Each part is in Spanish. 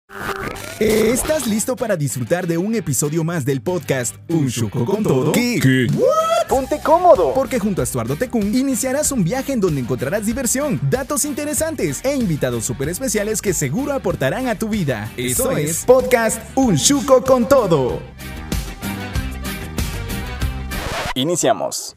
¿Estás listo para disfrutar de un episodio más del podcast Un Chuco con Todo? ¿Qué? Ponte cómodo, porque junto a Estuardo Tecún iniciarás un viaje en donde encontrarás diversión, datos interesantes e invitados súper especiales que seguro aportarán a tu vida. Eso es Podcast Un Chuco con Todo. Iniciamos.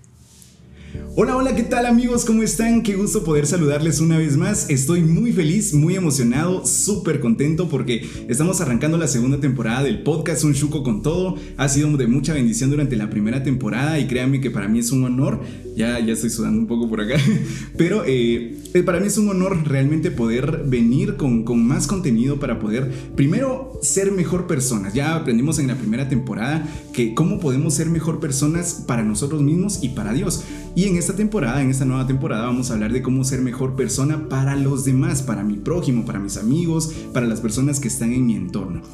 Hola, ¿qué tal amigos? ¿Cómo están? Qué gusto poder saludarles una vez más. Estoy muy feliz, muy emocionado, súper contento porque estamos arrancando la segunda temporada del podcast Un Chuco con Todo. Ha sido de mucha bendición durante la primera temporada y créanme que para mí es un honor. Ya estoy sudando un poco por acá. Pero para mí es un honor realmente poder venir con más contenido para poder, primero, ser mejor personas. Ya aprendimos en la primera temporada que cómo podemos ser mejor personas para nosotros mismos y para Dios. Y en esta nueva temporada vamos a hablar de cómo ser mejor persona para los demás, para mi prójimo, para mis amigos, para las personas que están en mi entorno.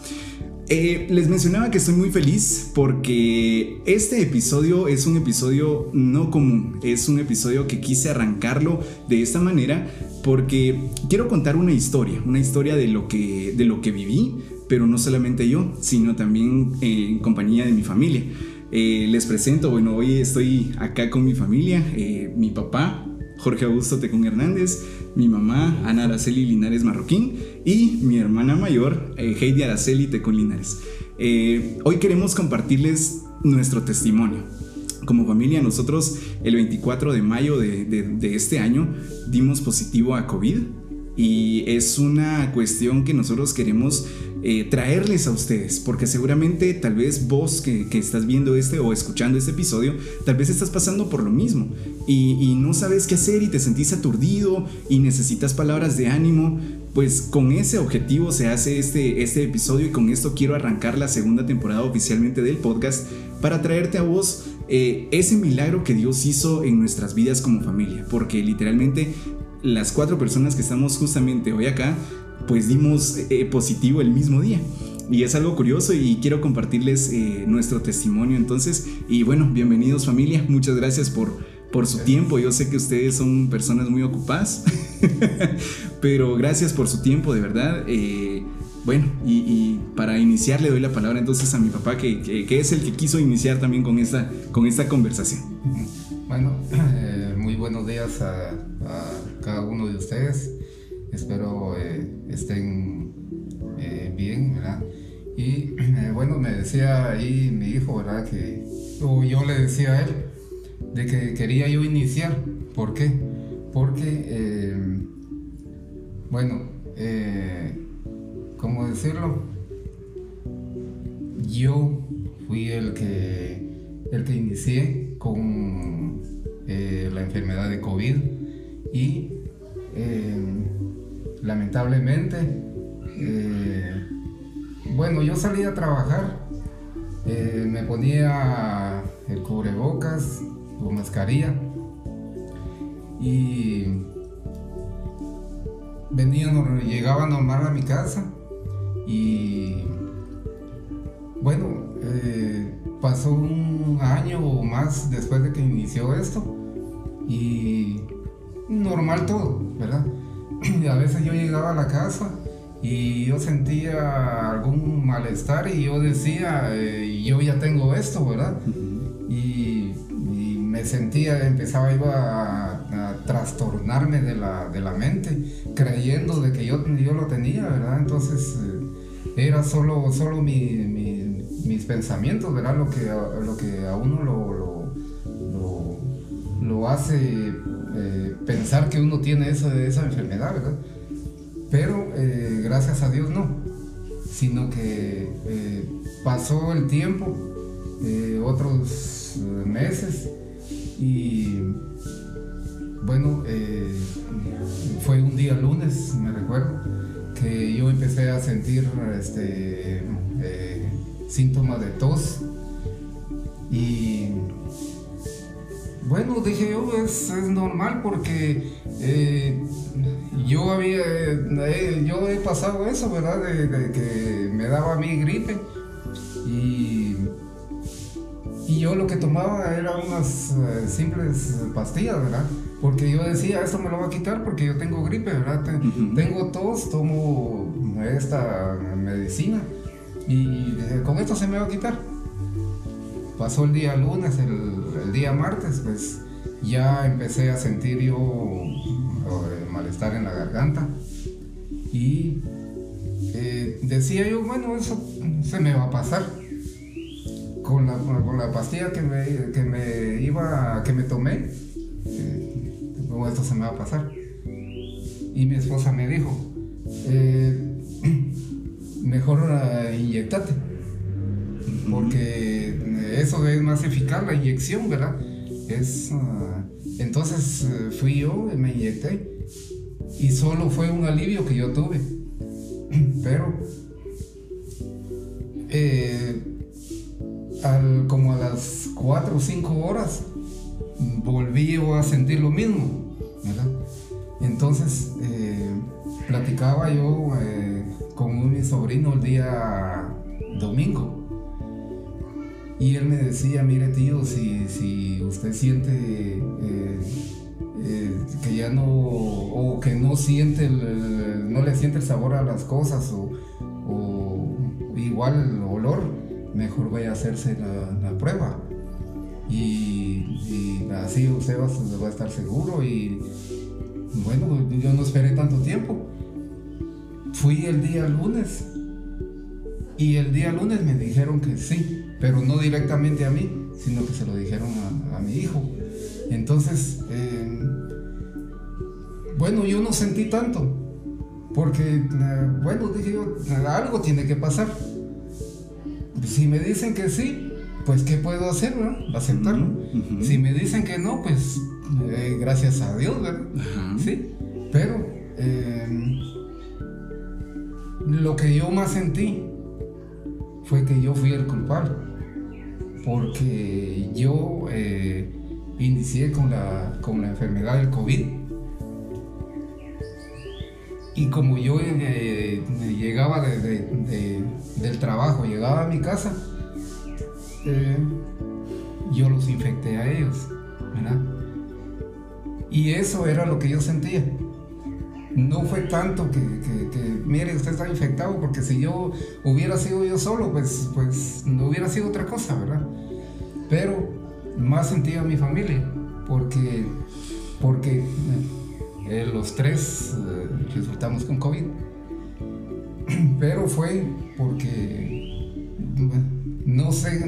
Les mencionaba que estoy muy feliz porque este episodio es un episodio no común, es un episodio que quise arrancarlo de esta manera porque quiero contar una historia de lo que viví, pero no solamente yo, sino también en compañía de mi familia. Les presento, hoy estoy acá con mi familia, mi papá, Jorge Augusto Tecún Hernández, mi mamá, Ana Araceli Linares Marroquín y mi hermana mayor, Heidi Araceli Tecún Linares. Hoy queremos compartirles nuestro testimonio. Como familia, nosotros el 24 de mayo de este año dimos positivo a COVID. Y es una cuestión que nosotros queremos traerles a ustedes, porque seguramente tal vez vos que estás viendo o escuchando este episodio, tal vez estás pasando por lo mismo y no sabes qué hacer y te sentís aturdido y necesitas palabras de ánimo. Pues con ese objetivo se hace este episodio y con esto quiero arrancar la segunda temporada oficialmente del podcast para traerte a vos ese milagro que Dios hizo en nuestras vidas como familia, porque literalmente las 4 personas que estamos justamente hoy acá, pues dimos positivo el mismo día. Y es algo curioso y quiero compartirles nuestro testimonio entonces. Y bueno, bienvenidos familia, muchas gracias por su tiempo. Yo sé que ustedes son personas muy ocupadas, pero gracias por su tiempo, de verdad. Bueno, y para iniciar le doy la palabra entonces a mi papá, que es el que quiso iniciar también con esta conversación. Bueno, muy buenos días a cada uno de ustedes. Espero estén bien, ¿verdad? Y bueno, me decía ahí mi hijo, ¿verdad? O yo le decía a él de que quería yo iniciar. ¿Por qué? Porque, bueno, ¿cómo decirlo? Yo fui el que inicié con la enfermedad de COVID y lamentablemente, bueno, yo salí a trabajar, me ponía el cubrebocas o mascarilla y llegaba normal a mi casa y bueno, pasó un año o más después de que inició esto y normal todo, ¿verdad? Y a veces yo llegaba a la casa y yo sentía algún malestar y yo decía, yo ya tengo esto, ¿verdad? Y me sentía, iba a trastornarme de la mente, creyendo de que yo lo tenía, ¿verdad? Entonces era solo mis pensamientos, ¿verdad? Lo que a uno lo hace pensar que uno tiene esa enfermedad, ¿verdad? Pero gracias a Dios no, sino que pasó el tiempo, otros meses y bueno, fue un día lunes, me recuerdo, que yo empecé a sentir síntomas de tos y bueno, dije yo, es normal porque yo he pasado eso, ¿verdad? De que me daba a mí gripe y yo lo que tomaba eran unas simples pastillas, ¿verdad? Porque yo decía, esto me lo va a quitar porque yo tengo gripe, ¿verdad? Tengo tos, tomo tomé esta medicina y con esto se me va a quitar. Pasó el día lunes, el día martes, pues ya empecé a sentir yo malestar en la garganta y decía yo, bueno, eso se me va a pasar. Con la pastilla que me tomé, esto se me va a pasar. Y mi esposa me dijo, mejor inyectate, porque eso es más eficaz, la inyección, ¿verdad? Entonces fui yo y me inyecté y solo fue un alivio que yo tuve, pero como a las 4 o 5 horas volví a sentir lo mismo, ¿verdad? Entonces platicaba yo con mi sobrino el día domingo y él me decía, mire tío, si usted siente que ya no, o que no siente no le siente el sabor a las cosas o igual el olor, mejor vaya a hacerse la prueba y así usted va a estar seguro. Y bueno, yo no esperé tanto tiempo, fui el día lunes y el día lunes me dijeron que sí, pero no directamente a mí, sino que se lo dijeron a mi hijo. Entonces bueno, yo no sentí tanto porque bueno, dije yo, algo tiene que pasar. Si me dicen que sí, pues ¿qué puedo hacer, ¿verdad? Aceptarlo. Uh-huh. Si me dicen que no, pues gracias a Dios, ¿verdad? Uh-huh. Sí, pero lo que yo más sentí fue que yo fui el culpable, porque yo inicié con la enfermedad del COVID. Y como yo llegaba del trabajo, llegaba a mi casa, yo los infecté a ellos, ¿verdad? Y eso era lo que yo sentía. No fue tanto que mire, usted está infectado, porque si yo hubiera sido yo solo, pues no hubiera sido otra cosa, ¿verdad? Pero más sentía a mi familia, porque los tres resultamos con COVID, pero fue porque no sé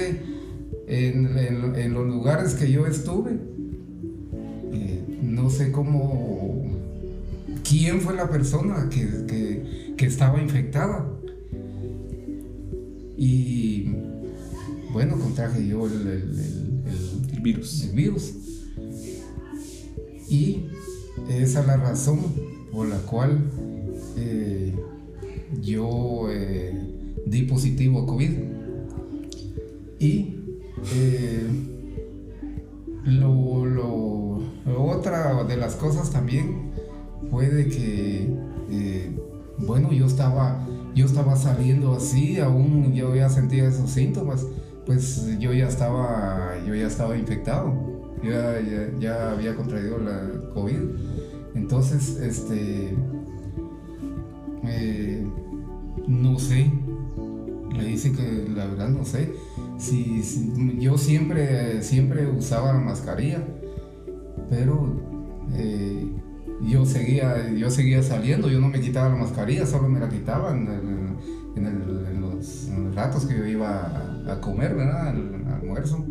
en los lugares que yo estuve, no sé quién fue la persona que estaba infectada, y bueno, contraje yo el virus. Y esa es la razón por la cual yo di positivo a COVID. Y otra de las cosas también fue de que bueno, yo estaba saliendo así, aún yo ya sentía esos síntomas, pues yo ya estaba infectado, ya había contraído la COVID. Entonces no sé, le dice que la verdad no sé si yo siempre usaba la mascarilla, pero yo seguía saliendo, yo no me quitaba la mascarilla, solo me la quitaba en los ratos que yo iba a comer, ¿verdad? Al almuerzo.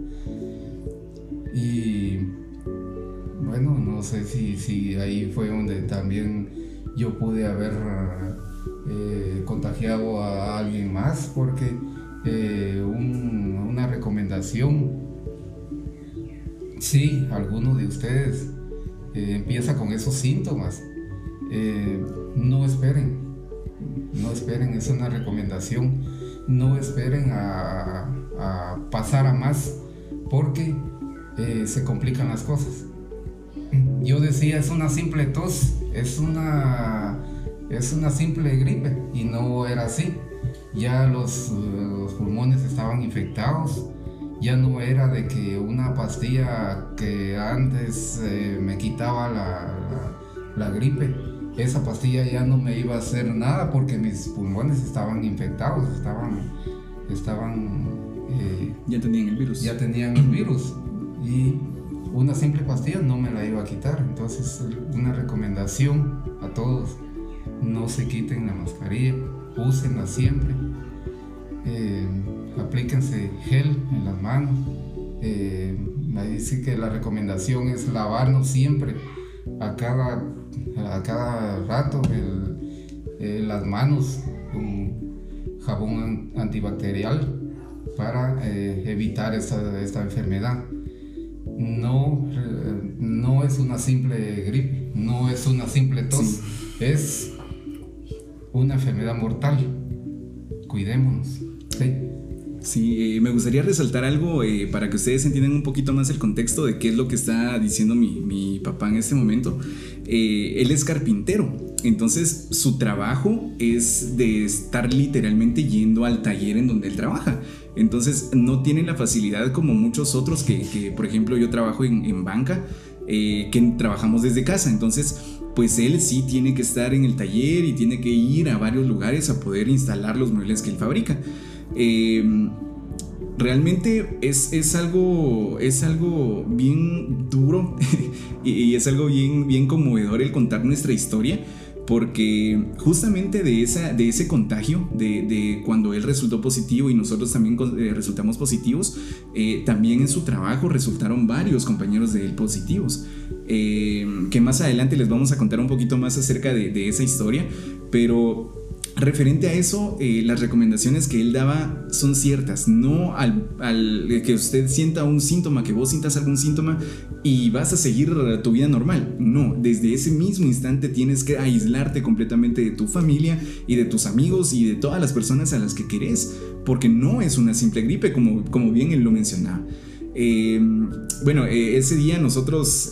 Y bueno, no sé si ahí fue donde también yo pude haber contagiado a alguien más, porque una recomendación, si alguno de ustedes empieza con esos síntomas, no esperen, es una recomendación, no esperen a pasar a más, porque se complican las cosas. Yo decía, es una simple tos, es una simple gripe, y no era así. Ya los pulmones estaban infectados, ya no era de que una pastilla que antes me quitaba la gripe, esa pastilla ya no me iba a hacer nada porque mis pulmones estaban infectados, ya tenían el virus. Ya tenían el virus y una simple pastilla no me la iba a quitar. Entonces, una recomendación a todos: no se quiten la mascarilla, úsenla siempre, aplíquense gel en las manos. Ahí dice que la recomendación es lavarnos siempre a cada rato las manos con jabón antibacterial para evitar esta enfermedad. No es una simple gripe, no es una simple tos, sí. Es una enfermedad mortal. Cuidémonos, ¿sí? Sí, me gustaría resaltar algo para que ustedes entiendan un poquito más el contexto de qué es lo que está diciendo mi papá en este momento. Él es carpintero, entonces su trabajo es de estar literalmente yendo al taller en donde él trabaja. Entonces no tiene la facilidad como muchos otros que por ejemplo, yo trabajo en banca, que trabajamos desde casa. Entonces pues él sí tiene que estar en el taller y tiene que ir a varios lugares a poder instalar los muebles que él fabrica. Realmente es algo bien duro y es algo bien conmovedor el contar nuestra historia, porque justamente de ese contagio, de cuando él resultó positivo y nosotros también resultamos positivos, también en su trabajo resultaron varios compañeros de él positivos, que más adelante les vamos a contar un poquito más acerca de esa historia. Pero referente a eso, las recomendaciones que él daba son ciertas. No al que usted sienta un síntoma, que vos sientas algún síntoma y vas a seguir tu vida normal. No, desde ese mismo instante tienes que aislarte completamente de tu familia y de tus amigos y de todas las personas a las que querés, porque no es una simple gripe, como bien él lo mencionaba. Ese día nosotros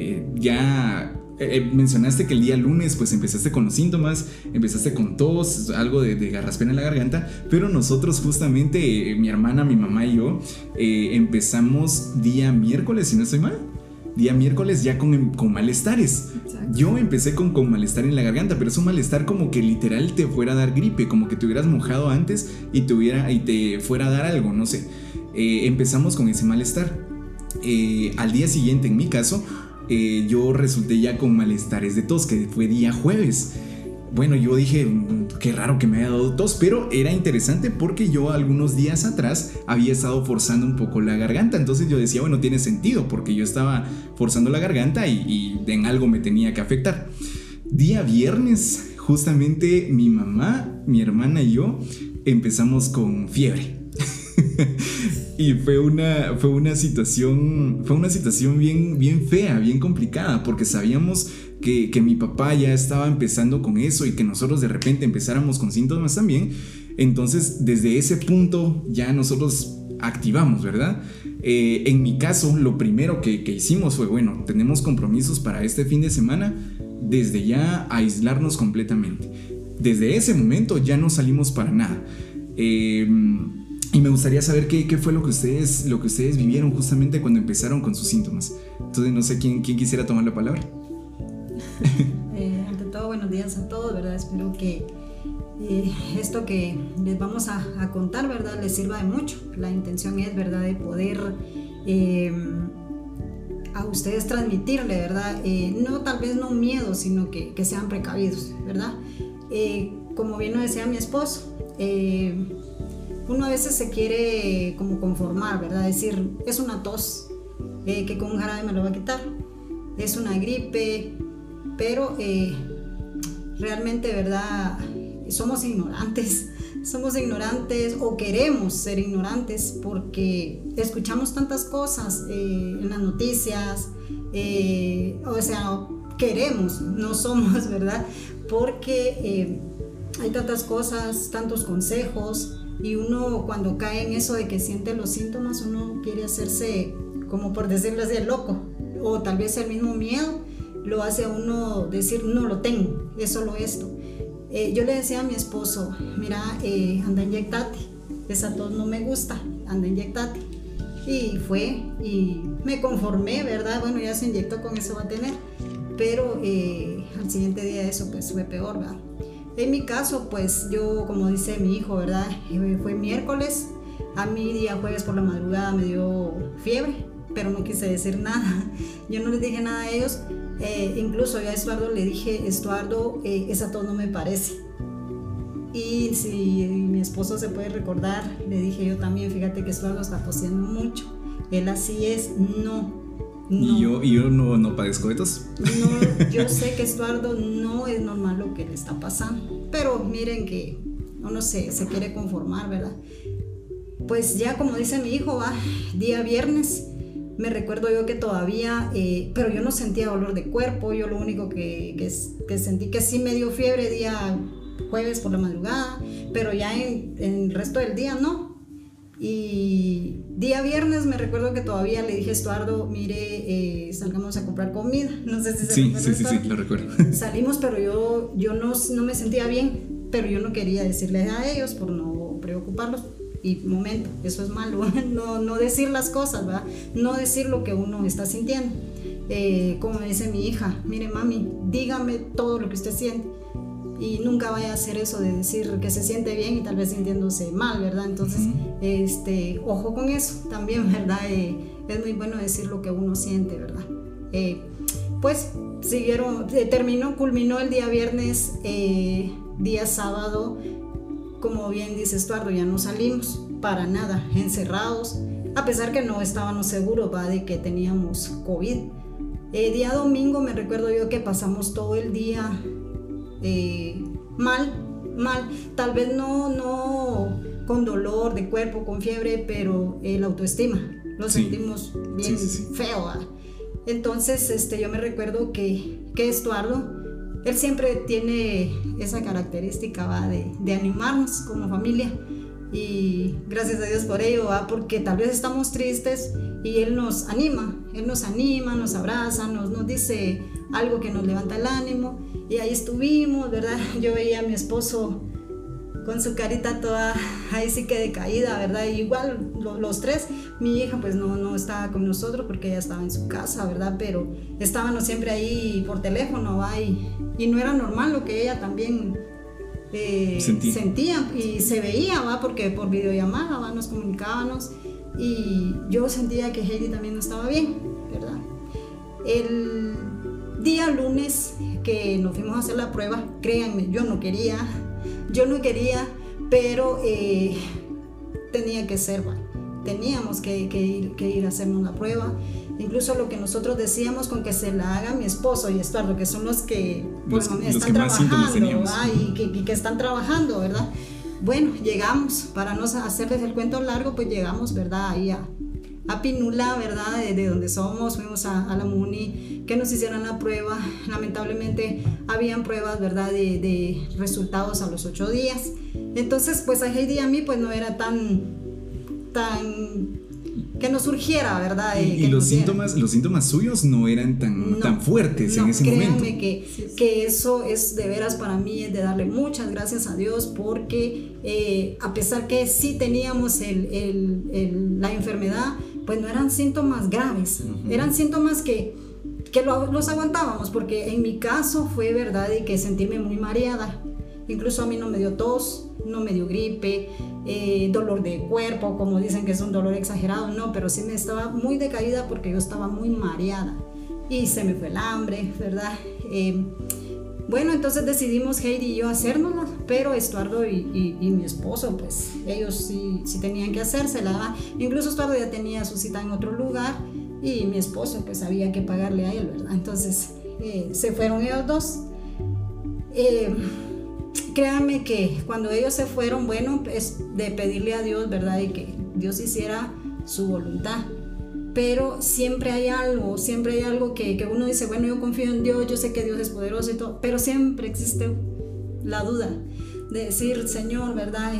mencionaste que el día lunes pues empezaste con los síntomas, empezaste con tos, algo de garraspera en la garganta, pero nosotros justamente, mi hermana, mi mamá y yo, empezamos día miércoles, si no estoy mal, día miércoles ya con malestares. Exacto. Yo empecé con malestar en la garganta, pero es un malestar como que literal te fuera a dar gripe, como que te hubieras mojado antes y te fuera a dar algo, no sé. Empezamos con ese malestar. Al día siguiente, en mi caso, yo resulté ya con malestares de tos, que fue día jueves. Bueno, yo dije, qué raro que me haya dado tos, pero era interesante porque yo algunos días atrás había estado forzando un poco la garganta. Entonces yo decía, bueno, tiene sentido porque yo estaba forzando la garganta y en algo me tenía que afectar. Día viernes, justamente mi mamá, mi hermana y yo empezamos con fiebre. Y fue una situación bien fea, bien complicada, porque sabíamos que mi papá ya estaba empezando con eso y que nosotros de repente empezáramos con síntomas también. Entonces desde ese punto ya nosotros activamos, ¿verdad? En mi caso, lo primero que hicimos fue, bueno, tenemos compromisos para este fin de semana, desde ya aislarnos completamente. Desde ese momento ya no salimos para nada. Y me gustaría saber qué fue lo que ustedes vivieron justamente cuando empezaron con sus síntomas. Entonces no sé quién quisiera tomar la palabra. Ante todo, buenos días a todos, ¿verdad? Espero que esto que les vamos a contar, ¿verdad?, les sirva de mucho. La intención es, ¿verdad?, de poder a ustedes transmitirle, ¿verdad? No, tal vez no miedo, sino que sean precavidos, ¿verdad? Como bien lo decía mi esposo, uno a veces se quiere como conformar, ¿verdad? Decir, es una tos, que con un jarabe me lo va a quitar, es una gripe, pero realmente, ¿verdad?, somos ignorantes o queremos ser ignorantes porque escuchamos tantas cosas en las noticias, o sea, queremos, no somos, ¿verdad? Porque hay tantas cosas, tantos consejos, y uno cuando cae en eso de que siente los síntomas, uno quiere hacerse, como por decirlo así, el loco, o tal vez el mismo miedo lo hace a uno decir, no lo tengo, es solo esto. Yo le decía a mi esposo, mira, anda inyectate, esa tos no me gusta, anda inyectate. Y fue, y me conformé, ¿verdad? Bueno, ya se inyectó, con eso va a tener. Pero el siguiente día eso pues fue peor, ¿verdad? En mi caso, pues yo, como dice mi hijo, ¿verdad? Fue miércoles, a mí día jueves por la madrugada me dio fiebre, pero no quise decir nada. Yo no les dije nada a ellos. Incluso yo a Estuardo le dije, Estuardo, esa tos no me parece. Y si mi esposo se puede recordar, le dije yo también, fíjate que Estuardo está tosiendo mucho. Él así es, no. ¿Y yo no padezco de tos? No, yo sé que Estuardo no es normal lo que le está pasando, pero miren que uno se quiere conformar, ¿verdad? Pues ya como dice mi hijo, día viernes, me recuerdo yo que todavía, pero yo no sentía dolor de cuerpo, yo lo único que sentí que sí me dio fiebre día jueves por la madrugada, pero ya en el resto del día no. Y día viernes me recuerdo que todavía le dije a Estuardo, mire, salgamos a comprar comida. No sé si se recuerda. Sí, lo recuerdo. Salimos, pero yo no me sentía bien, pero yo no quería decirles a ellos por no preocuparlos. Y momento, eso es malo, no decir las cosas, ¿verdad? No decir lo que uno está sintiendo. Como me dice mi hija, mire mami, dígame todo lo que usted siente. Y nunca vaya a hacer eso de decir que se siente bien y tal vez sintiéndose mal, ¿verdad? Entonces, ojo con eso también, ¿verdad? Es muy bueno decir lo que uno siente, ¿verdad? Pues culminó el día viernes, día sábado, como bien dice Estuardo, ya no salimos para nada, encerrados, a pesar que no estábamos seguros, ¿va? De que teníamos COVID. Día domingo me recuerdo yo que pasamos todo el día mal, tal vez no con dolor de cuerpo, con fiebre, pero la autoestima lo sentimos bien feo, ¿verdad? Entonces yo me recuerdo que Estuardo, él siempre tiene esa característica, ¿va? De animarnos como familia, y gracias a Dios por ello, ¿va? Porque tal vez estamos tristes y él nos anima, nos abraza, nos dice algo que nos levanta el ánimo, y ahí estuvimos, ¿verdad? Yo veía a mi esposo con su carita toda ahí sí que decaída, ¿verdad? Y igual los tres, mi hija pues no estaba con nosotros porque ella estaba en su casa, ¿verdad? Pero estábamos siempre ahí por teléfono, ¿va? Y no era normal lo que ella también sentía y se veía, ¿va? Porque por videollamada, ¿va? Nos comunicábamos, y yo sentía que Heidi también no estaba bien, ¿verdad? El día lunes que nos fuimos a hacer la prueba, créanme, yo no quería, pero tenía que ser, ¿va? Teníamos que ir a hacernos la prueba. Incluso lo que nosotros decíamos, con que se la haga mi esposo y Estuardo, que son los que están trabajando, y que están trabajando, ¿verdad? Bueno, llegamos, para no hacerles el cuento largo, pues llegamos, ¿verdad? Ahí a Pinula, ¿verdad? De donde somos, fuimos a la MUNI, que nos hicieran la prueba. Lamentablemente habían pruebas, ¿verdad? De resultados a los 8 días. Entonces, pues a Heidi y a mí, pues no era tan que nos surgiera, ¿verdad? Y los síntomas suyos no eran tan fuertes en ese momento. Créanme que eso es de veras, para mí es de darle muchas gracias a Dios, porque a pesar que sí teníamos la enfermedad, pues no eran síntomas graves, eran síntomas que los aguantábamos, porque en mi caso fue verdad y que sentirme muy mareada. Incluso a mí no me dio tos, no me dio gripe, dolor de cuerpo, como dicen que es un dolor exagerado, no, pero sí me estaba muy decaída porque yo estaba muy mareada y se me fue el hambre, ¿verdad? Bueno, entonces decidimos Heidi y yo hacérnosla, pero Estuardo y mi esposo, pues ellos sí tenían que hacérsela. Incluso Estuardo ya tenía su cita en otro lugar y mi esposo pues había que pagarle a él, ¿verdad? Entonces se fueron ellos dos. Créanme que cuando ellos se fueron, bueno, es de pedirle a Dios, ¿verdad? Y que Dios hiciera su voluntad. Pero siempre hay algo que uno dice, bueno, yo confío en Dios, yo sé que Dios es poderoso y todo, pero siempre existe la duda de decir, Señor, ¿verdad?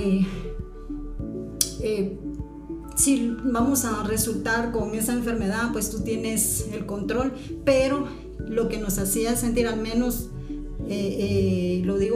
Si vamos a resultar con esa enfermedad, pues tú tienes el control. Pero lo que nos hacía sentir, al menos, lo digo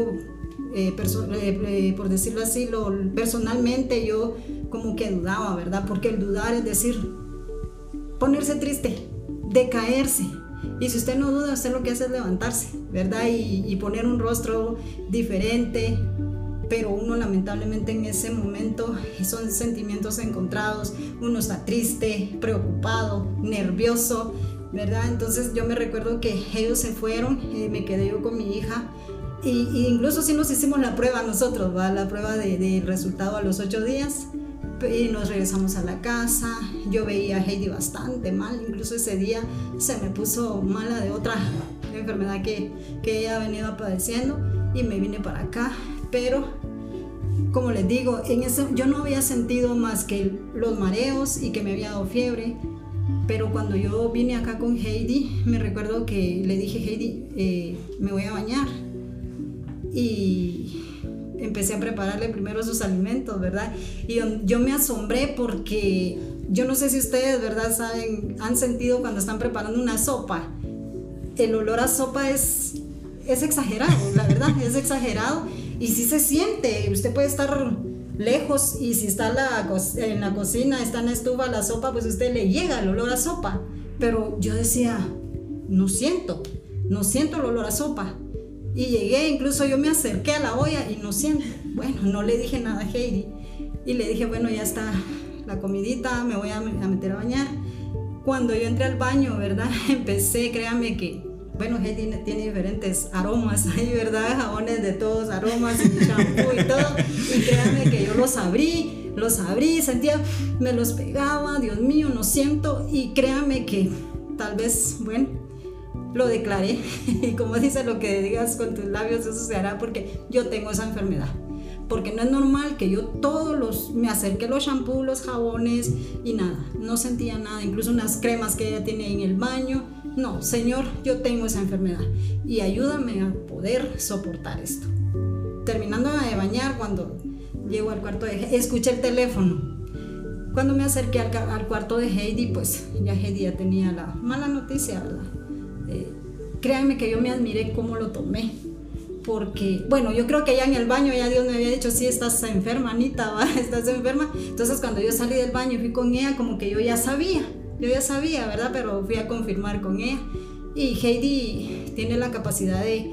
por decirlo así, personalmente yo como que dudaba, ¿verdad? Porque el dudar es decir, ponerse triste, decaerse. Y si usted no duda, usted lo que hace es levantarse. ¿verdad? Y poner un rostro diferente, pero uno lamentablemente en ese momento son sentimientos encontrados, uno está triste, preocupado, nervioso, ¿verdad? Entonces yo me recuerdo que ellos se fueron, me quedé yo con mi hija, y incluso sí nos hicimos la prueba nosotros, ¿va? La prueba del resultado a los 8 días, y nos regresamos a la casa. Yo veía a Heidi bastante mal, incluso ese día se me puso mala de otra enfermedad que ella venía padeciendo, y me vine para acá, pero como les digo, yo no había sentido más que los mareos y que me había dado fiebre. Pero cuando yo vine acá con Heidi, me recuerdo que le dije, Heidi, me voy a bañar, y empecé a prepararle primero sus alimentos, ¿verdad? Y yo me asombré porque yo no sé si ustedes, ¿verdad?, han sentido cuando están preparando una sopa. El olor a sopa es exagerado, la verdad, es exagerado, y sí se siente. Usted puede estar lejos, y si está en la cocina, está en la estufa la sopa, pues a usted le llega el olor a sopa. Pero yo decía, no siento el olor a sopa. Y llegué, incluso yo me acerqué a la olla y no siento. Bueno, no le dije nada a Heidi, y le dije, bueno, ya está la comidita, me voy a meter a bañar. Cuando yo entré al baño, ¿verdad?, empecé, créanme que, bueno, Heidi tiene diferentes aromas ahí, ¿verdad? Jabones de todos aromas y shampoo y todo. Y créanme que yo los abrí, sentía, me los pegaba, Dios mío, no siento. Y créanme que tal vez, bueno, lo declaré. Y como dice, lo que digas con tus labios, eso se hará, porque yo tengo esa enfermedad. Porque no es normal que yo me acerqué los shampoos, los jabones, y nada, no sentía nada, incluso unas cremas que ella tiene en el baño. No, Señor, yo tengo esa enfermedad, y ayúdame a poder soportar esto. Terminando de bañar, cuando llego al cuarto escuché el teléfono. Cuando me acerqué al cuarto de Heidi, pues ya Heidi ya tenía la mala noticia, ¿verdad? Créanme que yo me admiré cómo lo tomé. Porque, bueno, yo creo que ya en el baño ya Dios me había dicho, sí, estás enferma, Anita, ¿va? Estás enferma. Entonces cuando yo salí del baño y fui con ella, como que yo ya sabía, ¿verdad? Pero fui a confirmar con ella. Y Heidi tiene la capacidad de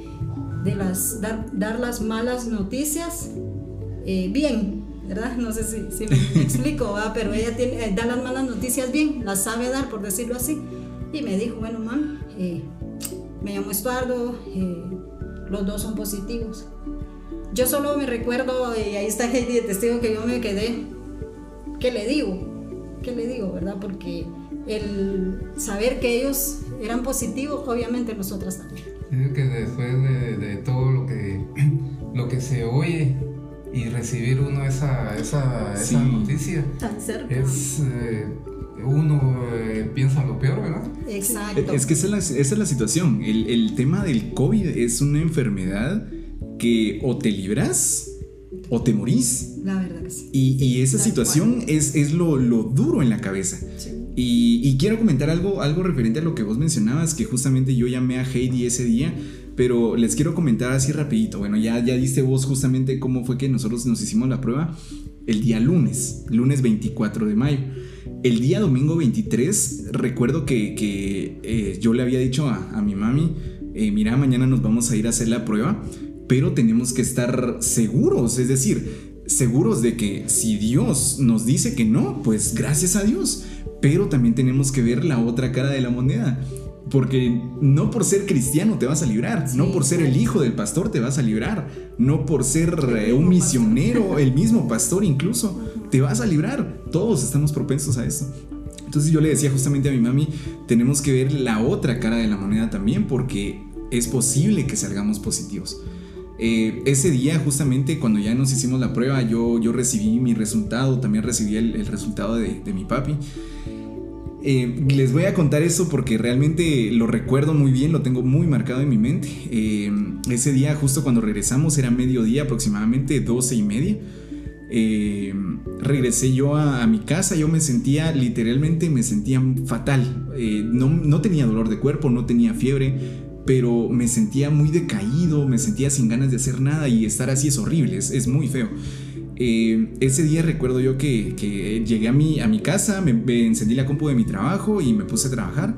dar las malas noticias bien, ¿verdad? No sé si me explico, ¿va? Pero ella da las malas noticias bien, las sabe dar, por decirlo así. Y me dijo, bueno, mami, me llamo Estuardo, los dos son positivos. Yo solo me recuerdo, y ahí está Heidi de testigo, que yo me quedé, ¿qué le digo, verdad? Porque el saber que ellos eran positivos, obviamente nosotras también. Creo que después de todo lo que se oye, y recibir uno esa noticia tan cerca, uno piensa lo peor, ¿verdad? Exacto. Es que esa es la situación. El tema del COVID es una enfermedad que o te libras o te morís. La verdad que sí. Y esa situación es lo duro en la cabeza. Sí. Y quiero comentar algo referente a lo que vos mencionabas, que justamente yo llamé a Heidi ese día, pero les quiero comentar así rapidito. Bueno, ya diste vos justamente cómo fue que nosotros nos hicimos la prueba el día lunes 24 de mayo. El día domingo 23, recuerdo que yo le había dicho a mi mami, mira, mañana nos vamos a ir a hacer la prueba, pero tenemos que estar seguros, es decir, seguros de que si Dios nos dice que no, pues gracias a Dios, pero también tenemos que ver la otra cara de la moneda. Porque no por ser cristiano te vas a librar, sí, no por ser el hijo del pastor te vas a librar, no por ser un misionero, el mismo pastor incluso, te vas a librar. Todos estamos propensos a eso. Entonces yo le decía justamente a mi mami, tenemos que ver la otra cara de la moneda también, porque es posible que salgamos positivos. Ese día justamente cuando ya nos hicimos la prueba, yo recibí mi resultado, también recibí el resultado de mi papi. Les voy a contar eso porque realmente lo recuerdo muy bien, lo tengo muy marcado en mi mente. Ese día justo cuando regresamos era mediodía, aproximadamente 12:30. Regresé yo a mi casa, yo me sentía, literalmente me sentía fatal. No tenía dolor de cuerpo, no tenía fiebre, pero me sentía muy decaído, me sentía sin ganas de hacer nada, y estar así es horrible, es muy feo. Ese día recuerdo yo que llegué a mi casa, me encendí la compu de mi trabajo y me puse a trabajar.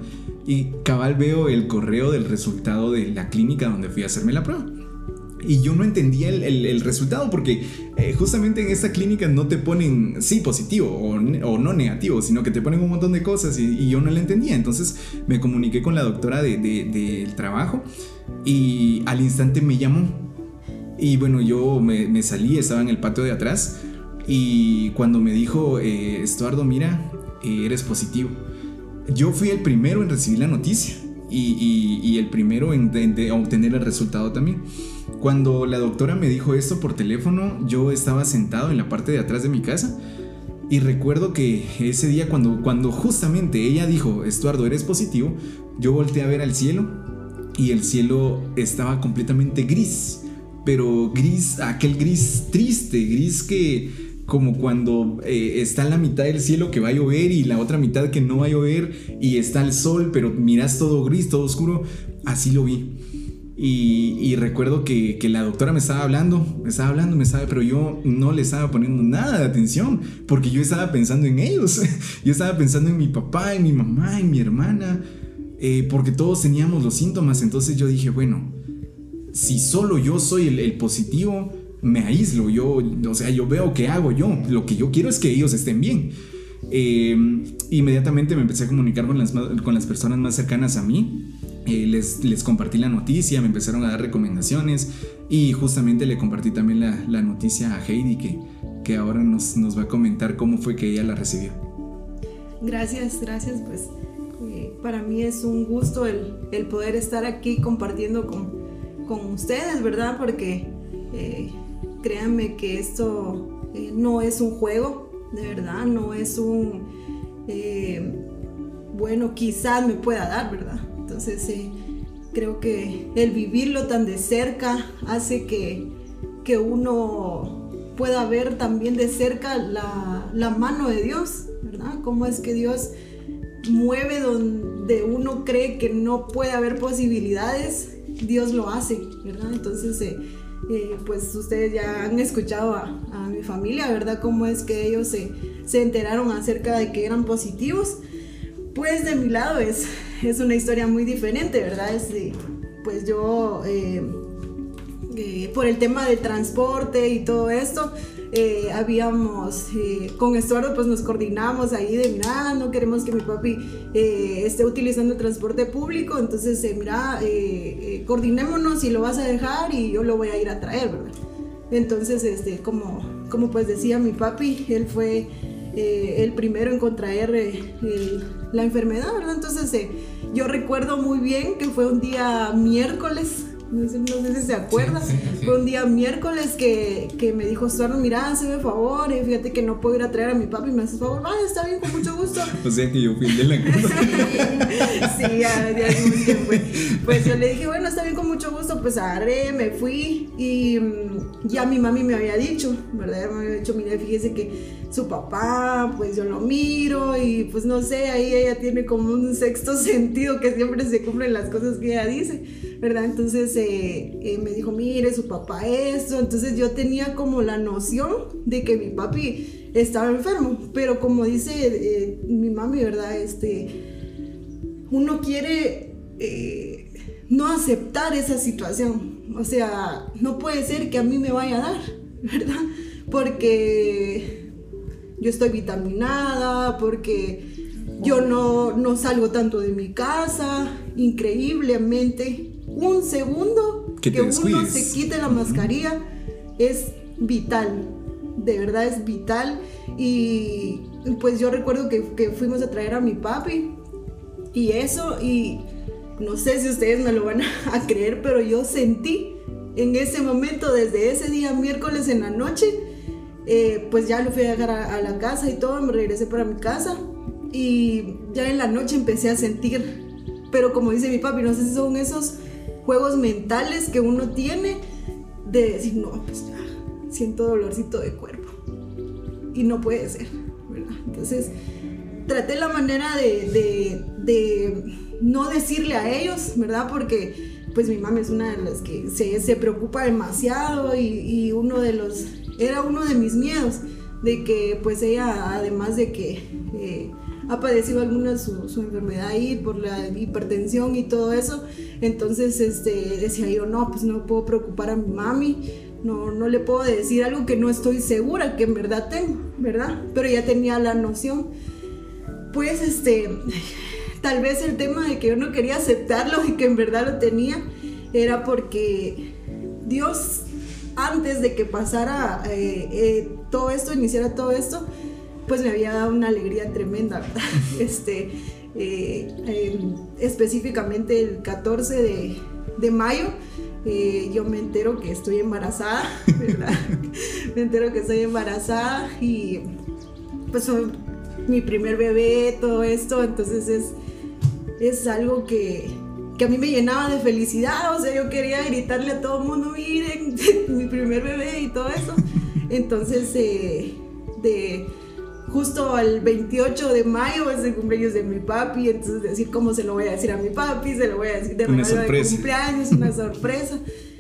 y cabal veo el correo del resultado de la clínica donde fui a hacerme la prueba. Y yo no entendía el resultado porque justamente en esta clínica no te ponen sí positivo o no negativo, sino que te ponen un montón de cosas y yo no la entendía. Entonces me comuniqué con la doctora del trabajo y al instante me llamó. Y bueno, yo me salí, estaba en el patio de atrás y cuando me dijo, Estuardo, mira, eres positivo. Yo fui el primero en recibir la noticia y el primero en obtener el resultado también. Cuando la doctora me dijo esto por teléfono, yo estaba sentado en la parte de atrás de mi casa y recuerdo que ese día cuando justamente ella dijo, Estuardo, eres positivo, yo volteé a ver al cielo y el cielo estaba completamente gris, pero gris, aquel gris triste, gris que como cuando está la mitad del cielo que va a llover y la otra mitad que no va a llover y está el sol, pero miras todo gris, todo oscuro, así lo vi. Y recuerdo que la doctora me estaba hablando, pero yo no le estaba poniendo nada de atención porque yo estaba pensando en ellos. Yo estaba pensando en mi papá, en mi mamá, en mi hermana, porque todos teníamos los síntomas. Entonces yo dije, bueno, si solo yo soy el positivo, me aíslo. Yo veo qué hago yo. Lo que yo quiero es que ellos estén bien. Inmediatamente me empecé a comunicar con las personas más cercanas a mí. Les compartí la noticia, me empezaron a dar recomendaciones y justamente le compartí también la noticia a Heidi que ahora nos va a comentar cómo fue que ella la recibió. Gracias, pues para mí es un gusto el poder estar aquí compartiendo con ustedes, ¿verdad? Porque créanme que esto no es un juego, de verdad, no es un bueno, quizás me pueda dar, ¿verdad? Entonces creo que el vivirlo tan de cerca hace que uno pueda ver también de cerca la mano de Dios, ¿verdad? Cómo es que Dios mueve donde uno cree que no puede haber posibilidades, Dios lo hace, ¿verdad? Entonces pues ustedes ya han escuchado a mi familia, ¿verdad? Cómo es que ellos se enteraron acerca de que eran positivos. Pues de mi lado es una historia muy diferente, ¿verdad? Pues yo, por el tema de transporte y todo esto, habíamos, con Estuardo pues nos coordinamos ahí de, mira, no queremos que mi papi esté utilizando el transporte público, entonces mira, coordinémonos y lo vas a dejar y yo lo voy a ir a traer, ¿verdad? Entonces, como pues decía mi papi, él fue el primero en contraer la enfermedad, ¿verdad? Entonces yo recuerdo muy bien que fue un día miércoles, no sé si se acuerdan, sí. Fue un día miércoles que me dijo Estuardo, mira, hazme favor, fíjate que no puedo ir a traer a mi papi, me haces favor, está bien, con mucho gusto. O sea que yo fui el de la culpa. Sí, ya muy bien, pues yo le dije, bueno, está bien, con mucho gusto, pues agarré, me fui y ya mi mami me había dicho, ¿verdad? Me había dicho, mira, fíjese que su papá, pues yo lo miro y pues no sé, ahí ella tiene como un sexto sentido que siempre se cumplen las cosas que ella dice, ¿verdad? Entonces me dijo, mire, su papá esto, entonces yo tenía como la noción de que mi papi estaba enfermo, pero como dice mi mami, ¿verdad? Uno quiere no aceptar esa situación, o sea, no puede ser que a mí me vaya a dar, ¿verdad? Porque yo estoy vitaminada, porque yo no salgo tanto de mi casa, increíblemente, un segundo que uno se quite la mascarilla es vital, de verdad es vital. Y pues yo recuerdo que fuimos a traer a mi papi y eso, y no sé si ustedes me lo van a creer, pero yo sentí en ese momento, desde ese día miércoles en la noche, pues ya lo fui a dejar a la casa y todo, me regresé para mi casa y ya en la noche empecé a sentir, pero como dice mi papi, no sé si son esos juegos mentales que uno tiene de decir, no, pues ya siento dolorcito de cuerpo y no puede ser, ¿verdad? Entonces traté la manera de no decirle a ellos, ¿verdad? Porque pues mi mamá es una de las que se preocupa demasiado y era uno de mis miedos, de que pues ella, además de que ha padecido alguna su enfermedad ahí por la hipertensión y todo eso. Entonces decía yo, no, pues no puedo preocupar a mi mami, no le puedo decir algo que no estoy segura que en verdad tengo, ¿verdad? Pero ya tenía la noción. Pues tal vez el tema de que yo no quería aceptarlo y que en verdad lo tenía era porque Dios, antes de que pasara todo esto, iniciara todo esto, pues me había dado una alegría tremenda, ¿verdad? Específicamente el 14 de mayo, yo me entero que estoy embarazada, ¿verdad? Me entero que estoy embarazada y pues soy mi primer bebé, todo esto, entonces es algo que a mí me llenaba de felicidad, o sea, yo quería gritarle a todo el mundo, miren, mi primer bebé y todo eso. Entonces, justo al 28 de mayo es el cumpleaños de mi papi, entonces decir cómo se lo voy a decir a mi papi, se lo voy a decir de regalo de cumpleaños, una sorpresa.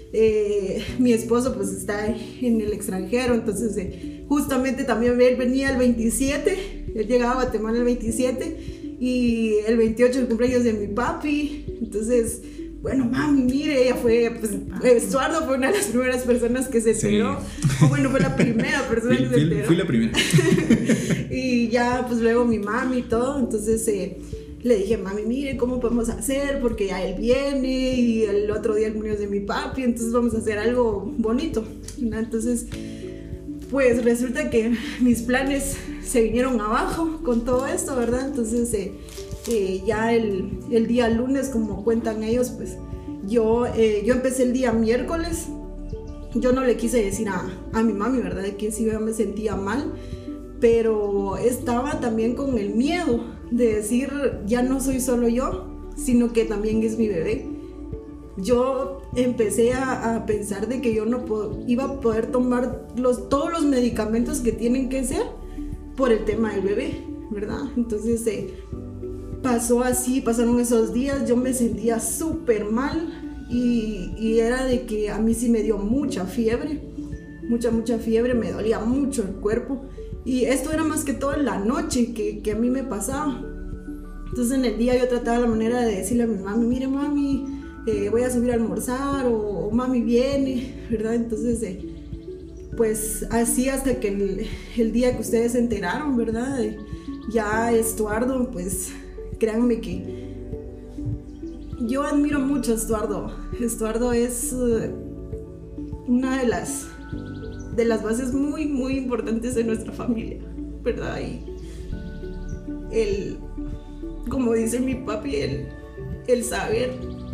Mi esposo pues está en el extranjero, entonces justamente también él venía el 27, él llegaba a Guatemala el 27 y el 28 el cumpleaños de mi papi. Entonces, bueno, mami, mire, ella fue, pues, Estuardo fue una de las primeras personas que se enteró. Sí. O bueno, fue la primera persona que se enteró. Fui la primera. Y ya, pues luego mi mami y todo. Entonces le dije, mami, mire, ¿cómo podemos hacer? Porque ya él viene y el otro día el cumpleaños de mi papi, entonces vamos a hacer algo bonito, ¿no? Entonces, pues resulta que mis planes se vinieron abajo con todo esto, ¿verdad? Entonces, ya el día lunes, como cuentan ellos, pues yo empecé el día miércoles. Yo no le quise decir a mi mami, ¿verdad? De que sí yo me sentía mal, pero estaba también con el miedo de decir, ya no soy solo yo, sino que también es mi bebé. Yo empecé a pensar de que yo no iba a poder tomar todos los medicamentos que tienen que ser por el tema del bebé, ¿verdad? Entonces pasó así, pasaron esos días, yo me sentía súper mal y era de que a mí sí me dio mucha fiebre, mucha fiebre, me dolía mucho el cuerpo y esto era más que todo en la noche que a mí me pasaba. Entonces en el día yo trataba la manera de decirle a mi mami, mire mami, voy a subir a almorzar o mami viene, ¿verdad? Entonces pues así hasta que el día que ustedes se enteraron, ¿verdad? Ya Estuardo, pues créanme que yo admiro mucho a Estuardo. Estuardo es una de las bases muy, muy importantes de nuestra familia, ¿verdad? Y como dice mi papi, el saber,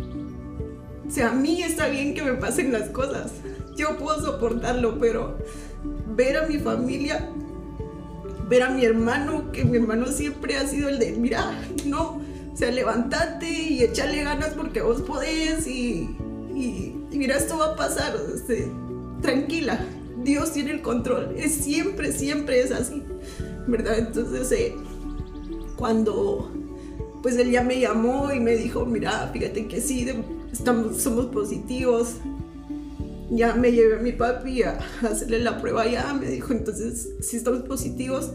o sea, a mí está bien que me pasen las cosas, yo puedo soportarlo, pero ver a mi familia, ver a mi hermano, que mi hermano siempre ha sido el de, mira, no, o sea, levántate y échale ganas porque vos podés y mira, esto va a pasar, tranquila, Dios tiene el control, siempre es así, ¿verdad? Entonces, cuando pues él ya me llamó y me dijo, mira, fíjate que sí, somos positivos. Ya me llevé a mi papi a hacerle la prueba ya, me dijo, entonces, si estamos positivos,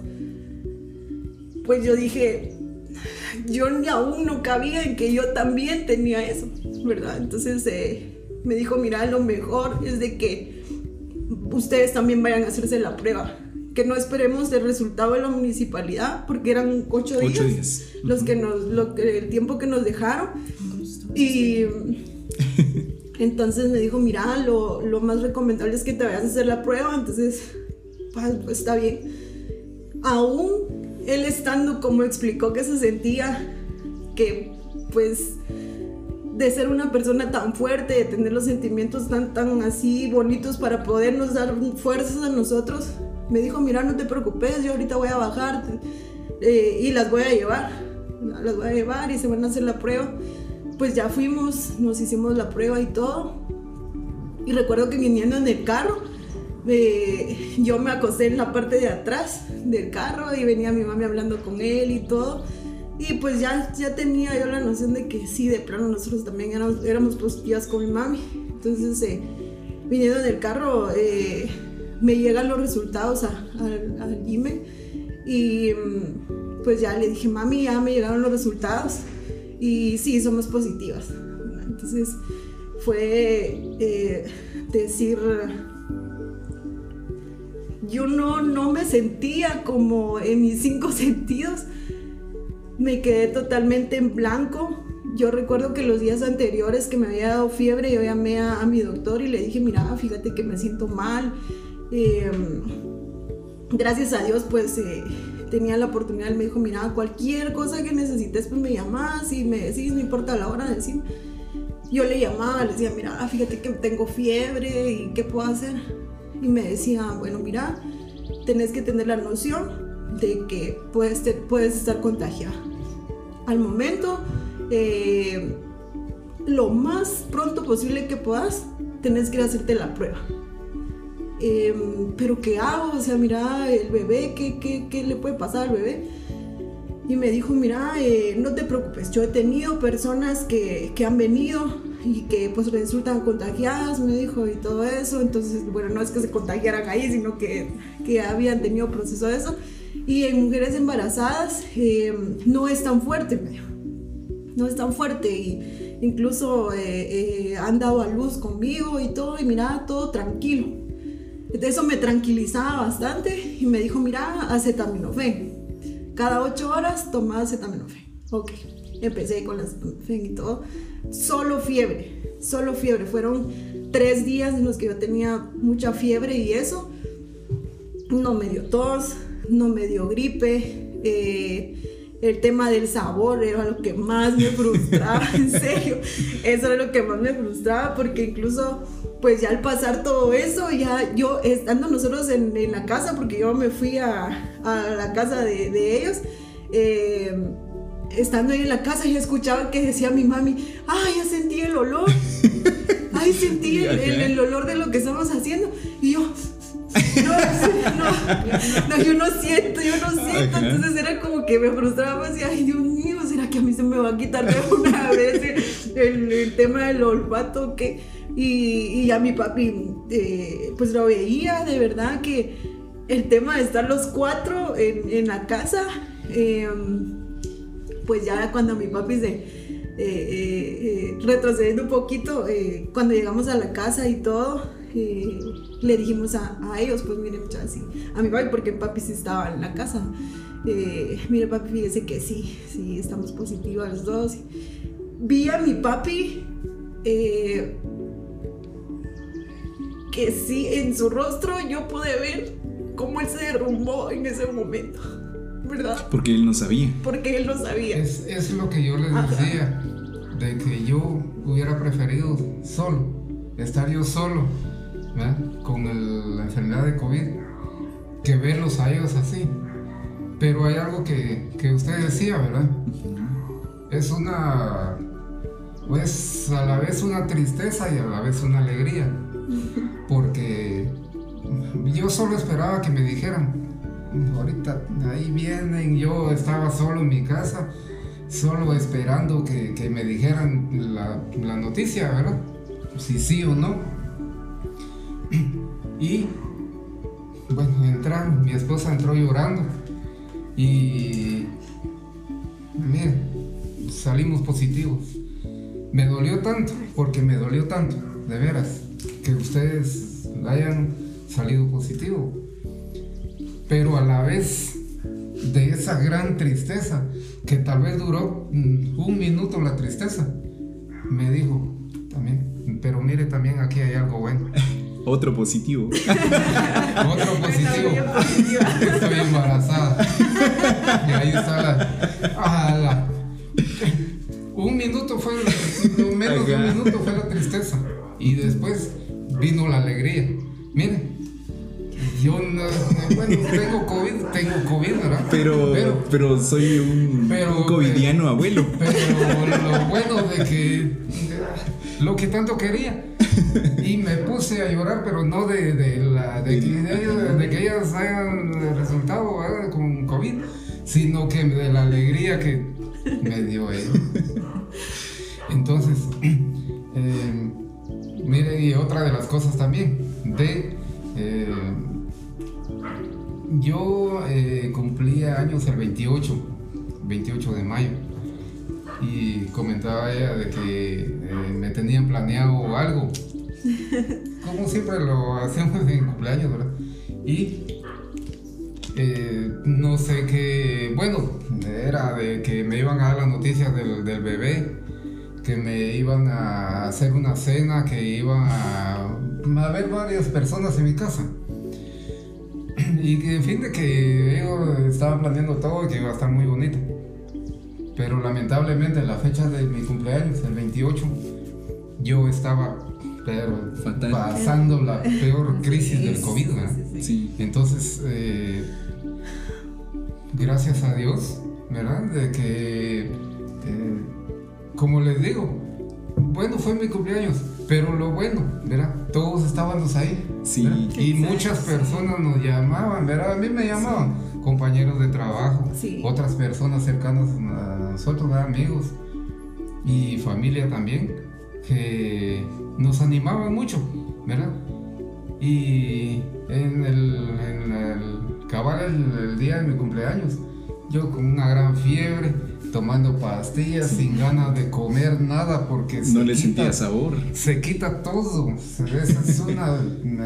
pues yo dije, yo ni aún no cabía en que yo también tenía eso, ¿verdad? Entonces me dijo, mira, lo mejor es de que ustedes también vayan a hacerse la prueba, que no esperemos el resultado de la municipalidad, porque eran 8 días. El tiempo que nos dejaron. Y entonces me dijo, mira, lo más recomendable es que te vayas a hacer la prueba. Entonces, pues está bien. Aún él estando, como explicó que se sentía, que pues de ser una persona tan fuerte, de tener los sentimientos tan así bonitos para podernos dar fuerzas a nosotros, me dijo, mira, no te preocupes, yo ahorita voy a bajar y las voy a llevar y se van a hacer la prueba. Pues ya fuimos, nos hicimos la prueba y todo. Y recuerdo que viniendo en el carro, yo me acosté en la parte de atrás del carro y venía mi mami hablando con él y todo. Y pues ya tenía yo la noción de que sí, de plano nosotros también éramos positivas con mi mami. Entonces, viniendo en el carro, me llegan los resultados al IME y pues ya le dije, mami, ya me llegaron los resultados y sí, somos positivas. Entonces fue decir, yo no me sentía como en mis 5 sentidos, me quedé totalmente en blanco. Yo recuerdo que los días anteriores que me había dado fiebre, yo llamé a mi doctor y le dije, mira, fíjate que me siento mal. Gracias a Dios, pues tenía la oportunidad. Él me dijo, mira, cualquier cosa que necesites, pues me llamas y me decís, no importa la hora, decir. Yo le llamaba, le decía, mira, fíjate que tengo fiebre y qué puedo hacer. Y me decía, bueno, mira, tenés que tener la noción de que puedes estar contagiada. Al momento, lo más pronto posible que puedas, tenés que ir a hacerte la prueba. Pero ¿qué hago? O sea, mira, el bebé, ¿qué le puede pasar al bebé? Y me dijo, mira, no te preocupes, yo he tenido personas que han venido y que pues resultan contagiadas, me dijo, y todo eso. Entonces, bueno, no es que se contagiaran ahí, sino que habían tenido proceso de eso. Y en mujeres embarazadas no es tan fuerte, me dijo. No es tan fuerte, y incluso han dado a luz conmigo y todo, y mira, todo tranquilo. Eso me tranquilizaba bastante y me dijo, mira, acetaminofén. Cada 8 horas toma acetaminofén. Ok, empecé con la acetaminofén y todo. Solo fiebre. Fueron 3 días en los que yo tenía mucha fiebre y eso. No me dio tos, no me dio gripe. El tema del sabor era lo que más me frustraba, en serio. Eso era lo que más me frustraba, porque incluso, pues ya al pasar todo eso, ya yo estando nosotros en la casa, porque yo me fui a la casa de ellos, estando ahí en la casa, yo escuchaba que decía mi mami, ay, ya sentí el olor, ay, sentí el olor de lo que estamos haciendo, y yo... No, yo no siento. Entonces era como que me frustraba más y, ay, Dios mío, ¿será que a mí se me va a quitar de una vez el tema del olfato? ¿Qué? Y a mi papi, pues lo veía, de verdad que el tema de estar los 4 en la casa, pues ya cuando mi papi retrocediendo un poquito, cuando llegamos a la casa y todo, le dijimos a ellos, pues miren, así, a mi papi, porque mi papi sí estaba en la casa, mire papi, fíjese que sí, estamos positivos los dos. Vi a mi papi que sí, en su rostro yo pude ver cómo él se derrumbó en ese momento, ¿verdad? Porque él no sabía. Es lo que yo les decía, de que yo hubiera preferido estar yo solo, ¿verdad? Con la enfermedad de COVID, que verlos a ellos así. Pero hay algo que usted decía, ¿verdad? Es pues a la vez una tristeza y a la vez una alegría, porque yo solo esperaba que me dijeran, ahorita ahí vienen. Yo estaba solo en mi casa, solo esperando que me dijeran la noticia, ¿verdad? Si sí o no. Y bueno, mi esposa entró llorando y mire, salimos positivos. Me dolió tanto, de veras, que ustedes hayan salido positivo, pero a la vez de esa gran tristeza, que tal vez duró 1 minuto la tristeza, me dijo también, pero mire, también aquí hay algo bueno. Otro positivo. Estoy embarazada. Y ahí está 1 minuto fue, menos de 1 minuto fue la tristeza. Y después vino la alegría. Mire, yo tengo COVID, ¿verdad? Pero soy un covidiano abuelo. Pero lo bueno de que lo que tanto quería. Y me puse a llorar, pero no de que ellas hayan resultado, ¿verdad?, con COVID, sino que de la alegría que me dio ella. Entonces, miren, y otra de las cosas también, Yo cumplía años el 28 de mayo. Y comentaba ella de que me tenían planeado algo. Como siempre lo hacemos en cumpleaños, ¿verdad? Y no sé qué, bueno, era de que me iban a dar las noticias del bebé, que me iban a hacer una cena, que iban a ver varias personas en mi casa. Y que en fin, de que ellos estaban planeando todo y que iba a estar muy bonito. Pero lamentablemente la fecha de mi cumpleaños, el 28, yo estaba pasando la peor crisis del COVID, ¿verdad? Sí. Entonces, gracias a Dios, ¿verdad? De que, como les digo, bueno, fue mi cumpleaños, pero lo bueno, ¿verdad? Todos estábamos ahí. Sí. Y muchas personas nos llamaban, ¿verdad? A mí me llamaban, compañeros de trabajo, otras personas cercanas a nosotros, ¿verdad? Amigos y familia también, que nos animaban mucho, ¿verdad? Y en el cabal el día de mi cumpleaños, yo con una gran fiebre, tomando pastillas, sin ganas de comer nada, porque no le sentía sabor. Se quita todo. Esa es una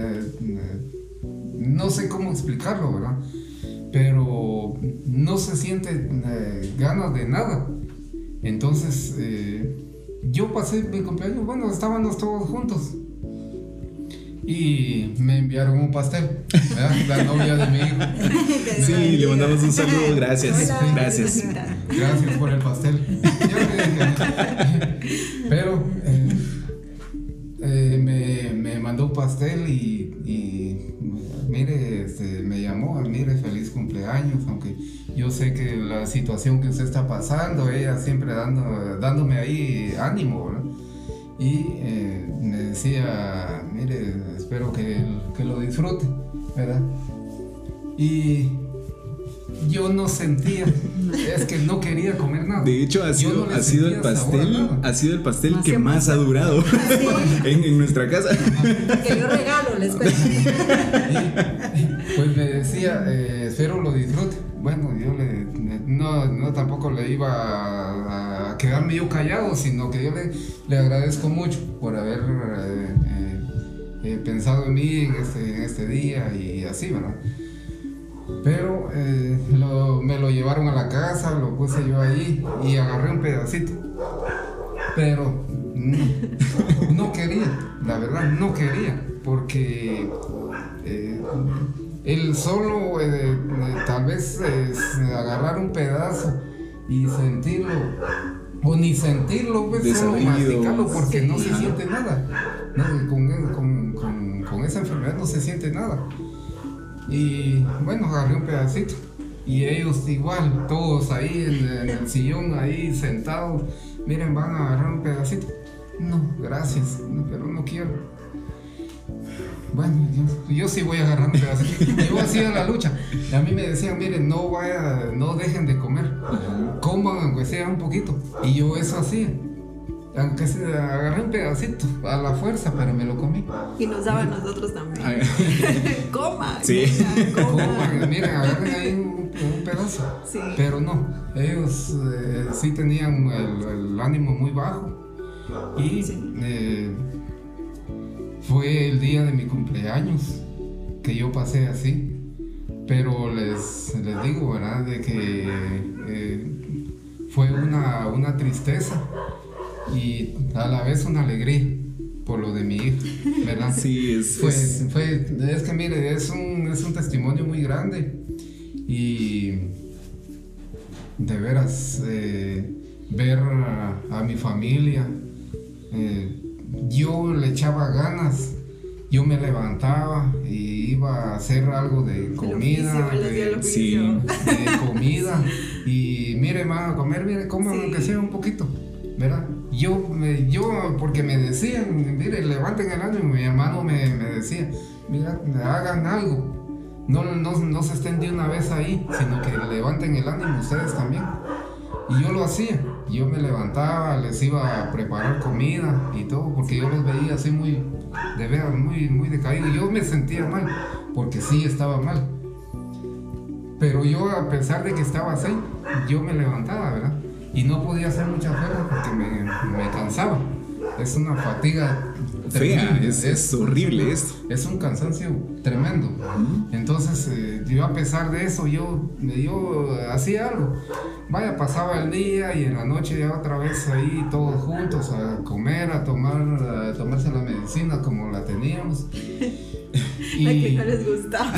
no sé cómo explicarlo, ¿verdad? Pero no se siente ganas de nada. Entonces yo pasé mi cumpleaños, bueno, estábamos todos juntos y me enviaron un pastel, ¿verdad? La novia de mi hijo. Sí, le mandamos un saludo, gracias. Hola, gracias. Gracias por el pastel. Pero me mandó un pastel y mire, me llamó, mire, feliz cumpleaños, aunque yo sé que la situación que usted está pasando, ella siempre dándome ahí ánimo, ¿verdad? Y me decía, mire, espero que lo disfrute, ¿verdad? Y yo no sentía, es que no quería comer nada. De hecho, ha sido el pastel que más ha durado en nuestra casa. Que yo regalo, les cuento. Pues me decía, espero lo disfrute. Bueno, yo no tampoco le iba a quedarme yo callado, sino que yo le agradezco mucho por haber pensado en mí en este día y así, ¿verdad? Pero me lo llevaron a la casa, lo puse yo ahí y agarré un pedacito. Pero no quería, la verdad no quería, porque el solo tal vez agarrar un pedazo y sentirlo, o ni sentirlo, pues, solo masticarlo, porque no se siente nada, ¿no? Con esa enfermedad no se siente nada. Y bueno, agarré un pedacito y ellos igual, todos ahí en el sillón, ahí sentados, miren, van a agarrar un pedacito. No, gracias, pero no quiero. Bueno, yo sí voy a agarrar un pedacito. Yo hacía la lucha. Y a mí me decían, miren, no dejen de comer, coman aunque sea un poquito. Y yo eso hacía. Aunque agarré un pedacito a la fuerza, pero me lo comí. Y nos daba a nosotros también. Coma. Sí. Coman, miren, agarren ahí un pedazo. Sí. Pero no, ellos sí tenían el ánimo muy bajo. Y fue el día de mi cumpleaños que yo pasé así. Pero les digo, ¿verdad? De que fue una tristeza y a la vez una alegría por lo de mi hija, ¿verdad? Sí, es que mire, es un testimonio muy grande y de veras ver a mi familia, yo le echaba ganas, yo me levantaba y iba a hacer algo de comida, de comida y mire, van a comer, mire, coman aunque sea un poquito, ¿verdad? Yo porque me decían, mire, levanten el ánimo, mi hermano me decía, mira, hagan algo, no se estén de una vez ahí, sino que levanten el ánimo ustedes también. Y yo lo hacía, yo me levantaba, les iba a preparar comida y todo, porque yo los veía así muy decaídos, yo me sentía mal, porque sí estaba mal. Pero yo, a pesar de que estaba así, yo me levantaba, ¿verdad? Y no podía hacer mucha fuerza porque me cansaba. Es una fatiga fea, es horrible esto. Es un cansancio tremendo. Entonces, yo a pesar de eso, yo hacía algo. Vaya, pasaba el día y en la noche ya otra vez ahí todos juntos a comer, a tomarse la medicina como la teníamos. Y... ¿A qué no les gustaba?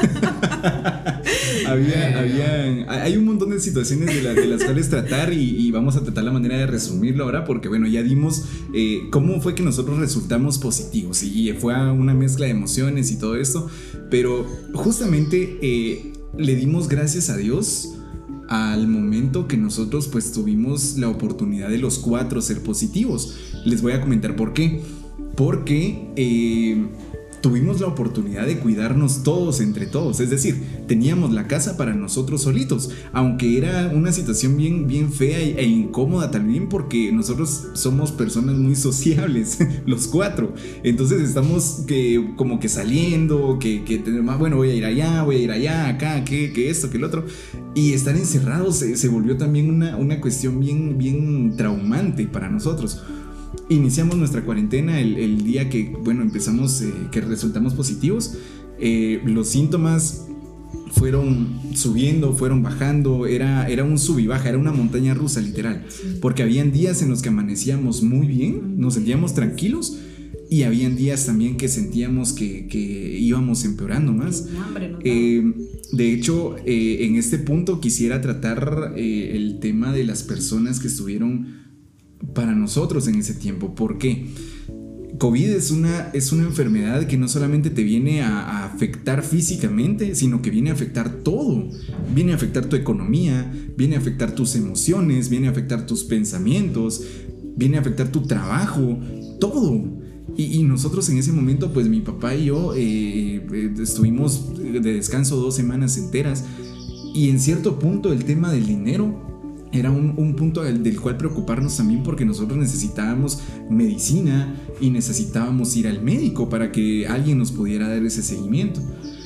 Hay un montón de situaciones de las cuales tratar y vamos a tratar la manera de resumirlo ahora porque bueno, ya dimos cómo fue que nosotros resultamos positivos y fue una mezcla de emociones y todo esto, pero justamente le dimos gracias a Dios al momento que nosotros pues tuvimos la oportunidad de los 4 ser positivos. Les voy a comentar por qué. Porque tuvimos la oportunidad de cuidarnos todos entre todos, es decir, teníamos la casa para nosotros solitos, aunque era una situación bien fea e incómoda también porque nosotros somos personas muy sociables, los 4, entonces estamos como que saliendo, bueno, voy a ir allá, acá, que esto, que el otro, y estar encerrados se volvió también una cuestión bien traumante para nosotros. Iniciamos nuestra cuarentena el día que, bueno, empezamos, que resultamos positivos. Los síntomas fueron subiendo, fueron bajando, era un sub y baja, era una montaña rusa literal, porque habían días en los que amanecíamos muy bien, nos sentíamos tranquilos, y habían días también que sentíamos que íbamos empeorando más. De hecho, en este punto quisiera tratar el tema de las personas que estuvieron para nosotros en ese tiempo. ¿Por qué? COVID es una enfermedad que no solamente te viene a afectar físicamente, sino que viene a afectar todo. Viene a afectar tu economía, viene a afectar tus emociones, viene a afectar tus pensamientos, viene a afectar tu trabajo, todo. Y nosotros en ese momento, pues mi papá y yo estuvimos de descanso 2 semanas enteras, y en cierto punto el tema del dinero era un punto del cual preocuparnos también, porque nosotros necesitábamos medicina y necesitábamos ir al médico para que alguien nos pudiera dar ese seguimiento.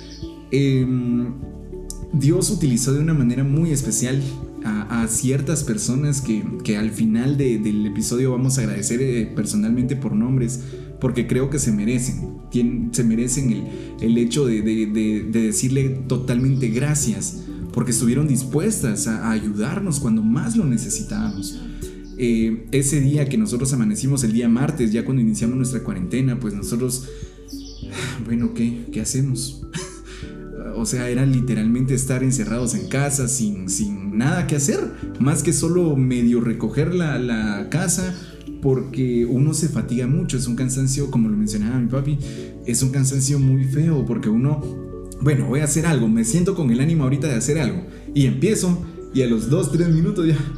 Dios utilizó de una manera muy especial a ciertas personas que al final del episodio vamos a agradecer personalmente por nombres, porque creo que se merecen el hecho de decirle totalmente gracias, porque estuvieron dispuestas a ayudarnos cuando más lo necesitábamos. Ese día que nosotros amanecimos, el día martes, ya cuando iniciamos nuestra cuarentena, pues nosotros, bueno, ¿qué hacemos? O sea, era literalmente estar encerrados en casa sin nada que hacer, más que solo medio recoger la casa, porque uno se fatiga mucho. Es un cansancio, como lo mencionaba mi papi, es un cansancio muy feo, porque uno, bueno, voy a hacer algo, me siento con el ánimo ahorita de hacer algo, y empiezo, y a los 2-3 minutos ya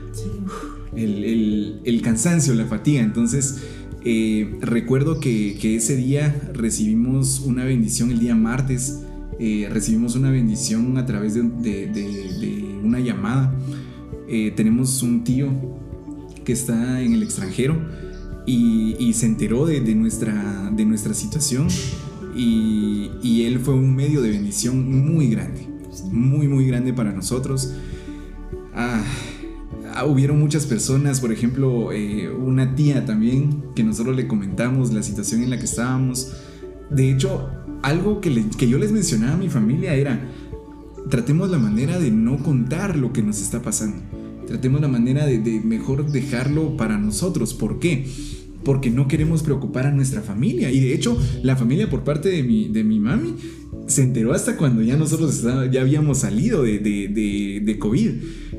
el cansancio, la fatiga. Entonces recuerdo que ese día recibimos una bendición. El día martes recibimos una bendición a través de una llamada. Tenemos un tío que está en el extranjero y se enteró de nuestra situación, y él fue un medio de bendición muy grande, muy grande para nosotros. Hubieron muchas personas, por ejemplo, una tía también, que nosotros le comentamos la situación en la que estábamos. De hecho, algo que yo les mencionaba a mi familia era: tratemos la manera de no contar lo que nos está pasando, tratemos la manera de mejor dejarlo para nosotros. ¿Por qué? Porque no queremos preocupar a nuestra familia. Y de hecho, la familia por parte de mi mami se enteró hasta cuando ya nosotros ya habíamos salido de COVID,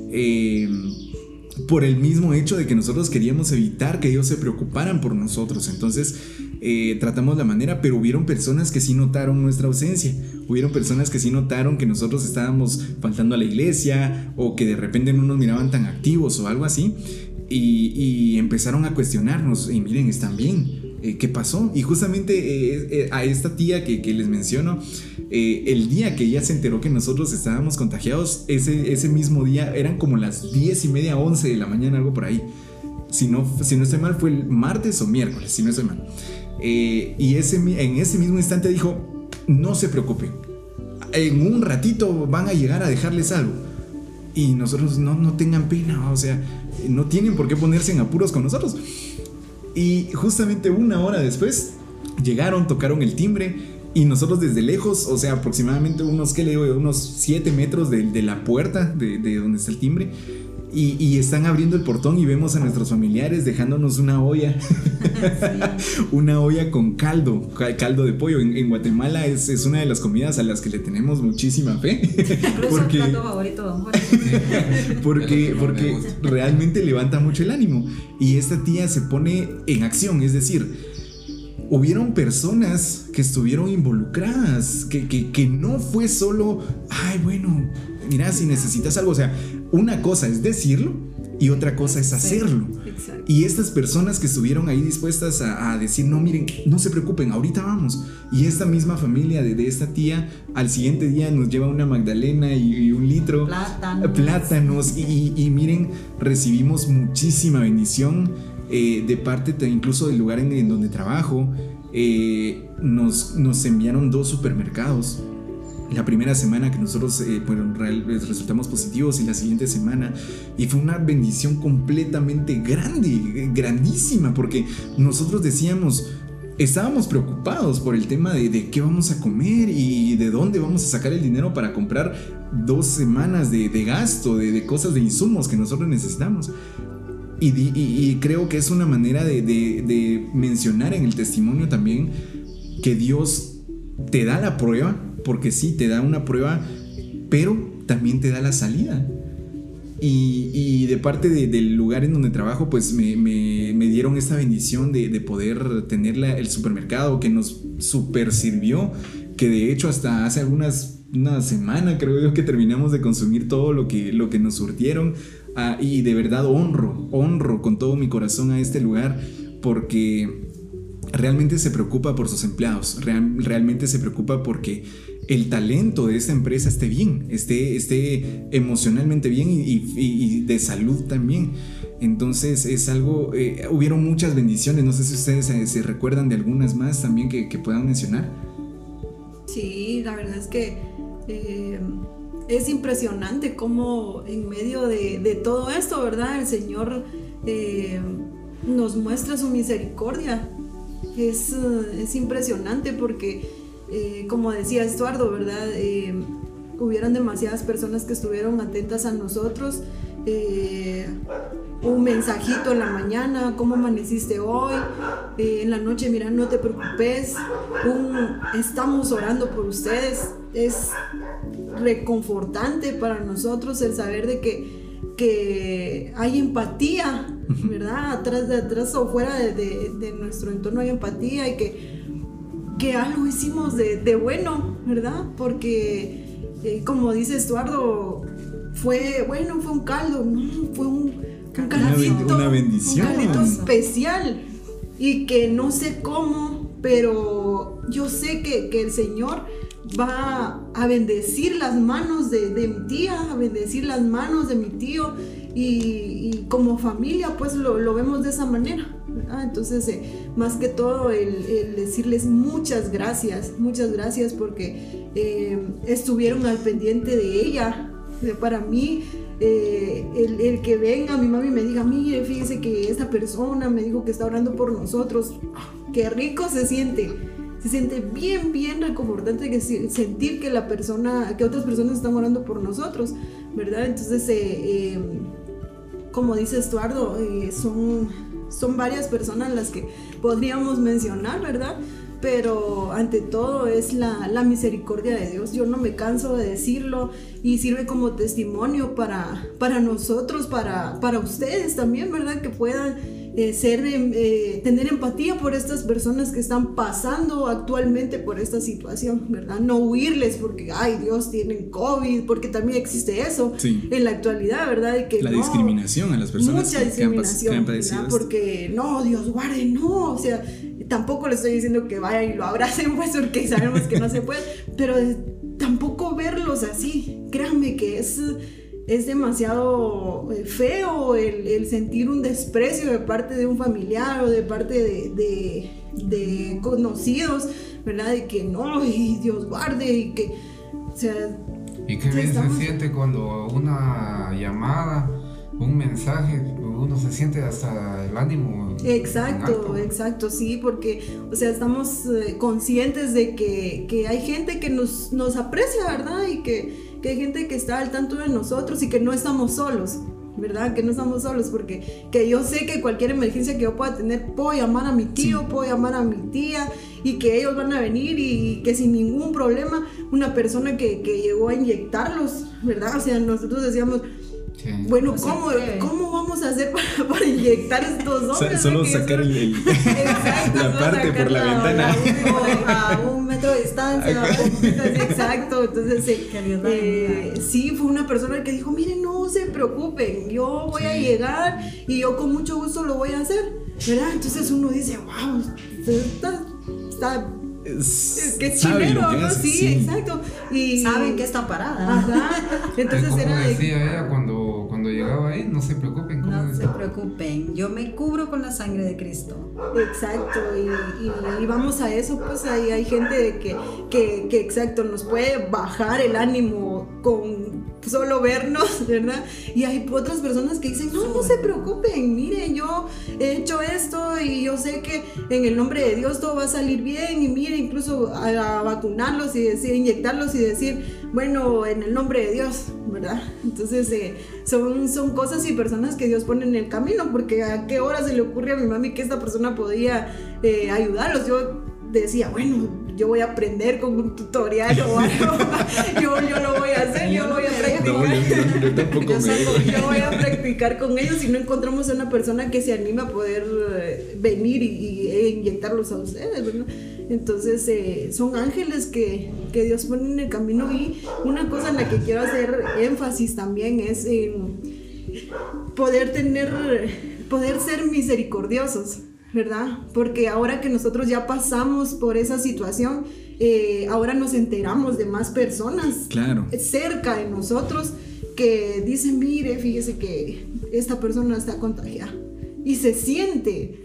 por el mismo hecho de que nosotros queríamos evitar que ellos se preocuparan por nosotros. Entonces tratamos la manera, pero hubieron personas que sí notaron nuestra ausencia, hubieron personas que sí notaron que nosotros estábamos faltando a la iglesia, o que de repente no nos miraban tan activos o algo así, y empezaron a cuestionarnos: y miren, ¿están bien? ¿Qué pasó? Y justamente a esta tía que les menciono, el día que ella se enteró que nosotros estábamos contagiados, ese mismo día eran como las 10:30, 11 de la mañana, algo por ahí. Si no estoy mal, fue el martes o miércoles, si no estoy mal. Y en ese mismo instante dijo: no se preocupen. en un ratito van a llegar a dejarles algo. Y nosotros, no tengan pena, o sea, no tienen por qué ponerse en apuros con nosotros. Y justamente una hora después llegaron, tocaron el timbre y nosotros desde lejos, o sea, aproximadamente unos 7 metros de la puerta de donde está el timbre, y están abriendo el portón y vemos a nuestros familiares dejándonos una olla, sí. Una olla con caldo de pollo. En Guatemala es una de las comidas a las que le tenemos muchísima fe. Porque, plato favorito, porque realmente levanta mucho el ánimo. Y esta tía se pone en acción, es decir, hubieron personas que estuvieron involucradas, que no fue solo, ay, bueno, mira, si necesitas algo, o sea, una cosa es decirlo y otra cosa es hacerlo. Exacto. Y estas personas que estuvieron ahí dispuestas a decir, no, miren, no se preocupen, ahorita vamos. Y esta misma familia de esta tía al siguiente día nos lleva una magdalena y un litro plátanos y miren, recibimos muchísima bendición de parte incluso del lugar en donde trabajo. Nos enviaron 2 supermercados. La primera semana que nosotros resultamos positivos, y la siguiente semana, y fue una bendición completamente grandísima, porque nosotros estábamos preocupados por el tema de qué vamos a comer y de dónde vamos a sacar el dinero para comprar 2 semanas de gasto, de cosas, de insumos que nosotros necesitamos. Y creo que es una manera de mencionar en el testimonio también que Dios te da la prueba, porque sí, te da una prueba, pero también te da la salida. Y de parte del lugar en donde trabajo, pues me dieron esta bendición de poder tener el supermercado, que nos super sirvió, que de hecho hasta hace una semana creo yo que terminamos de consumir todo lo que nos surtieron. Y de verdad honro con todo mi corazón a este lugar, porque realmente se preocupa por sus empleados, realmente se preocupa porque el talento de esta empresa esté bien, esté emocionalmente bien y de salud también. Entonces es algo, hubieron muchas bendiciones. No sé si ustedes se recuerdan de algunas más también que puedan mencionar. Sí, la verdad es que es impresionante cómo en medio de todo esto, ¿verdad? El Señor nos muestra su misericordia. Es impresionante porque, como decía Estuardo, ¿verdad? Hubieron demasiadas personas que estuvieron atentas a nosotros. Un mensajito en la mañana, ¿cómo amaneciste hoy? En la noche, mira, no te preocupes, estamos orando por ustedes. Es reconfortante para nosotros el saber de que hay empatía, ¿verdad? Atrás o fuera de nuestro entorno hay empatía, y que algo hicimos de bueno, ¿verdad? Porque como dice Estuardo, fue un caldo, ¿no? Fue un caldito, una bendición, un caldito especial, y que no sé cómo, pero yo sé que el Señor va a bendecir las manos de mi tía, a bendecir las manos de mi tío, y como familia pues lo vemos de esa manera, ¿verdad? Entonces más que todo el decirles muchas gracias porque estuvieron al pendiente de ella. Para mí el que venga mi mami y me diga, mire, fíjese que esta persona me dijo que está orando por nosotros, qué rico se siente bien reconfortante sentir que otras personas están orando por nosotros, ¿verdad? Entonces como dice Estuardo, son varias personas las que podríamos mencionar, ¿verdad? Pero ante todo es la misericordia de Dios. Yo no me canso de decirlo, y sirve como testimonio para nosotros, para ustedes también, ¿verdad? Que puedan tener empatía por estas personas que están pasando actualmente por esta situación, ¿verdad? No huirles porque, ay Dios, tienen COVID, porque también existe eso, sí, en la actualidad, ¿verdad? De que discriminación a las personas mucha discriminación, que han padecido, ¿verdad? Porque no, Dios guarde, no, o sea, tampoco le estoy diciendo que vayan y lo abracen, pues, porque sabemos que no se puede, pero tampoco verlos así. Créanme que es demasiado feo el sentir un desprecio de parte de un familiar o de parte de conocidos, ¿verdad? De que no, y Dios guarde, y que O sea, y qué bien se siente cuando una llamada, un mensaje, uno se siente hasta el ánimo. Exacto, sí, porque, o sea, estamos conscientes de que hay gente que nos aprecia, ¿verdad? Y que hay gente que está al tanto de nosotros y que no estamos solos, ¿verdad? Que no estamos solos, porque que yo sé que cualquier emergencia que yo pueda tener, puedo llamar a mi tío, puedo llamar a mi tía, y que ellos van a venir y que sin ningún problema, una persona que llegó a inyectarlos, ¿verdad? O sea, nosotros decíamos, sí. Bueno, ¿cómo vamos a hacer para inyectar a estos hombres? Solo sacar la parte por la ventana. A 1 metro de distancia. Exacto, entonces sí, fue una persona que dijo, miren, no se preocupen, yo voy a llegar y yo con mucho gusto lo voy a hacer, ¿verdad? Entonces uno dice, wow, está que es chileno, ¿no? Sí, exacto. Y saben que está parada. Ajá. Entonces como era decía ella cuando llegaba ahí, no se preocupen. No se preocupen, yo me cubro con la sangre de Cristo. Exacto, y vamos a eso, pues ahí hay gente que exacto, nos puede bajar el ánimo con solo vernos, ¿verdad? Y hay otras personas que dicen, no se preocupen, miren, yo he hecho esto y yo sé que en el nombre de Dios todo va a salir bien, y miren, incluso a vacunarlos y decir, inyectarlos y decir, bueno, en el nombre de Dios, ¿verdad? Entonces son cosas y personas que Dios pone en el camino, porque a qué hora se le ocurre a mi mami que esta persona podía ayudarlos. Yo decía, bueno, yo voy a aprender con un tutorial o algo, yo lo voy a hacer, yo voy a practicar. Yo voy a practicar con ellos si no encontramos a una persona que se anime a poder venir e inyectarlos a ustedes, ¿verdad? Entonces son ángeles que Dios pone en el camino. Y una cosa en la que quiero hacer énfasis también es poder ser misericordiosos, ¿verdad? Porque ahora que nosotros ya pasamos por esa situación, ahora nos enteramos de más personas cerca de nosotros que dicen, mire, fíjese que esta persona está contagiada, y se siente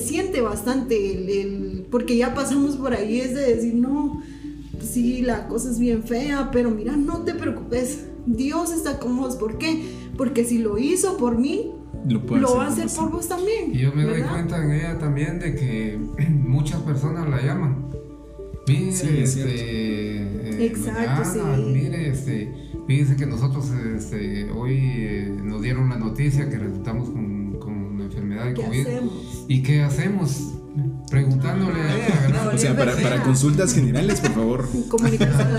bastante porque ya pasamos por ahí, es de decir, no, sí, la cosa es bien fea, pero mira, no te preocupes, Dios está con vos. ¿Por qué? Porque si lo hizo por mí, lo va a hacer por vos también. Y yo me doy cuenta en ella también de que muchas personas la llaman. Mire, exacto, mañana, sí. Mire, fíjense que nosotros hoy nos dieron la noticia que resultamos con la enfermedad de COVID. ¿Qué hacemos? ¿Y qué hacemos? Preguntándole a ella, ¿verdad? O sea, para consultas generales, por favor. Comunicación.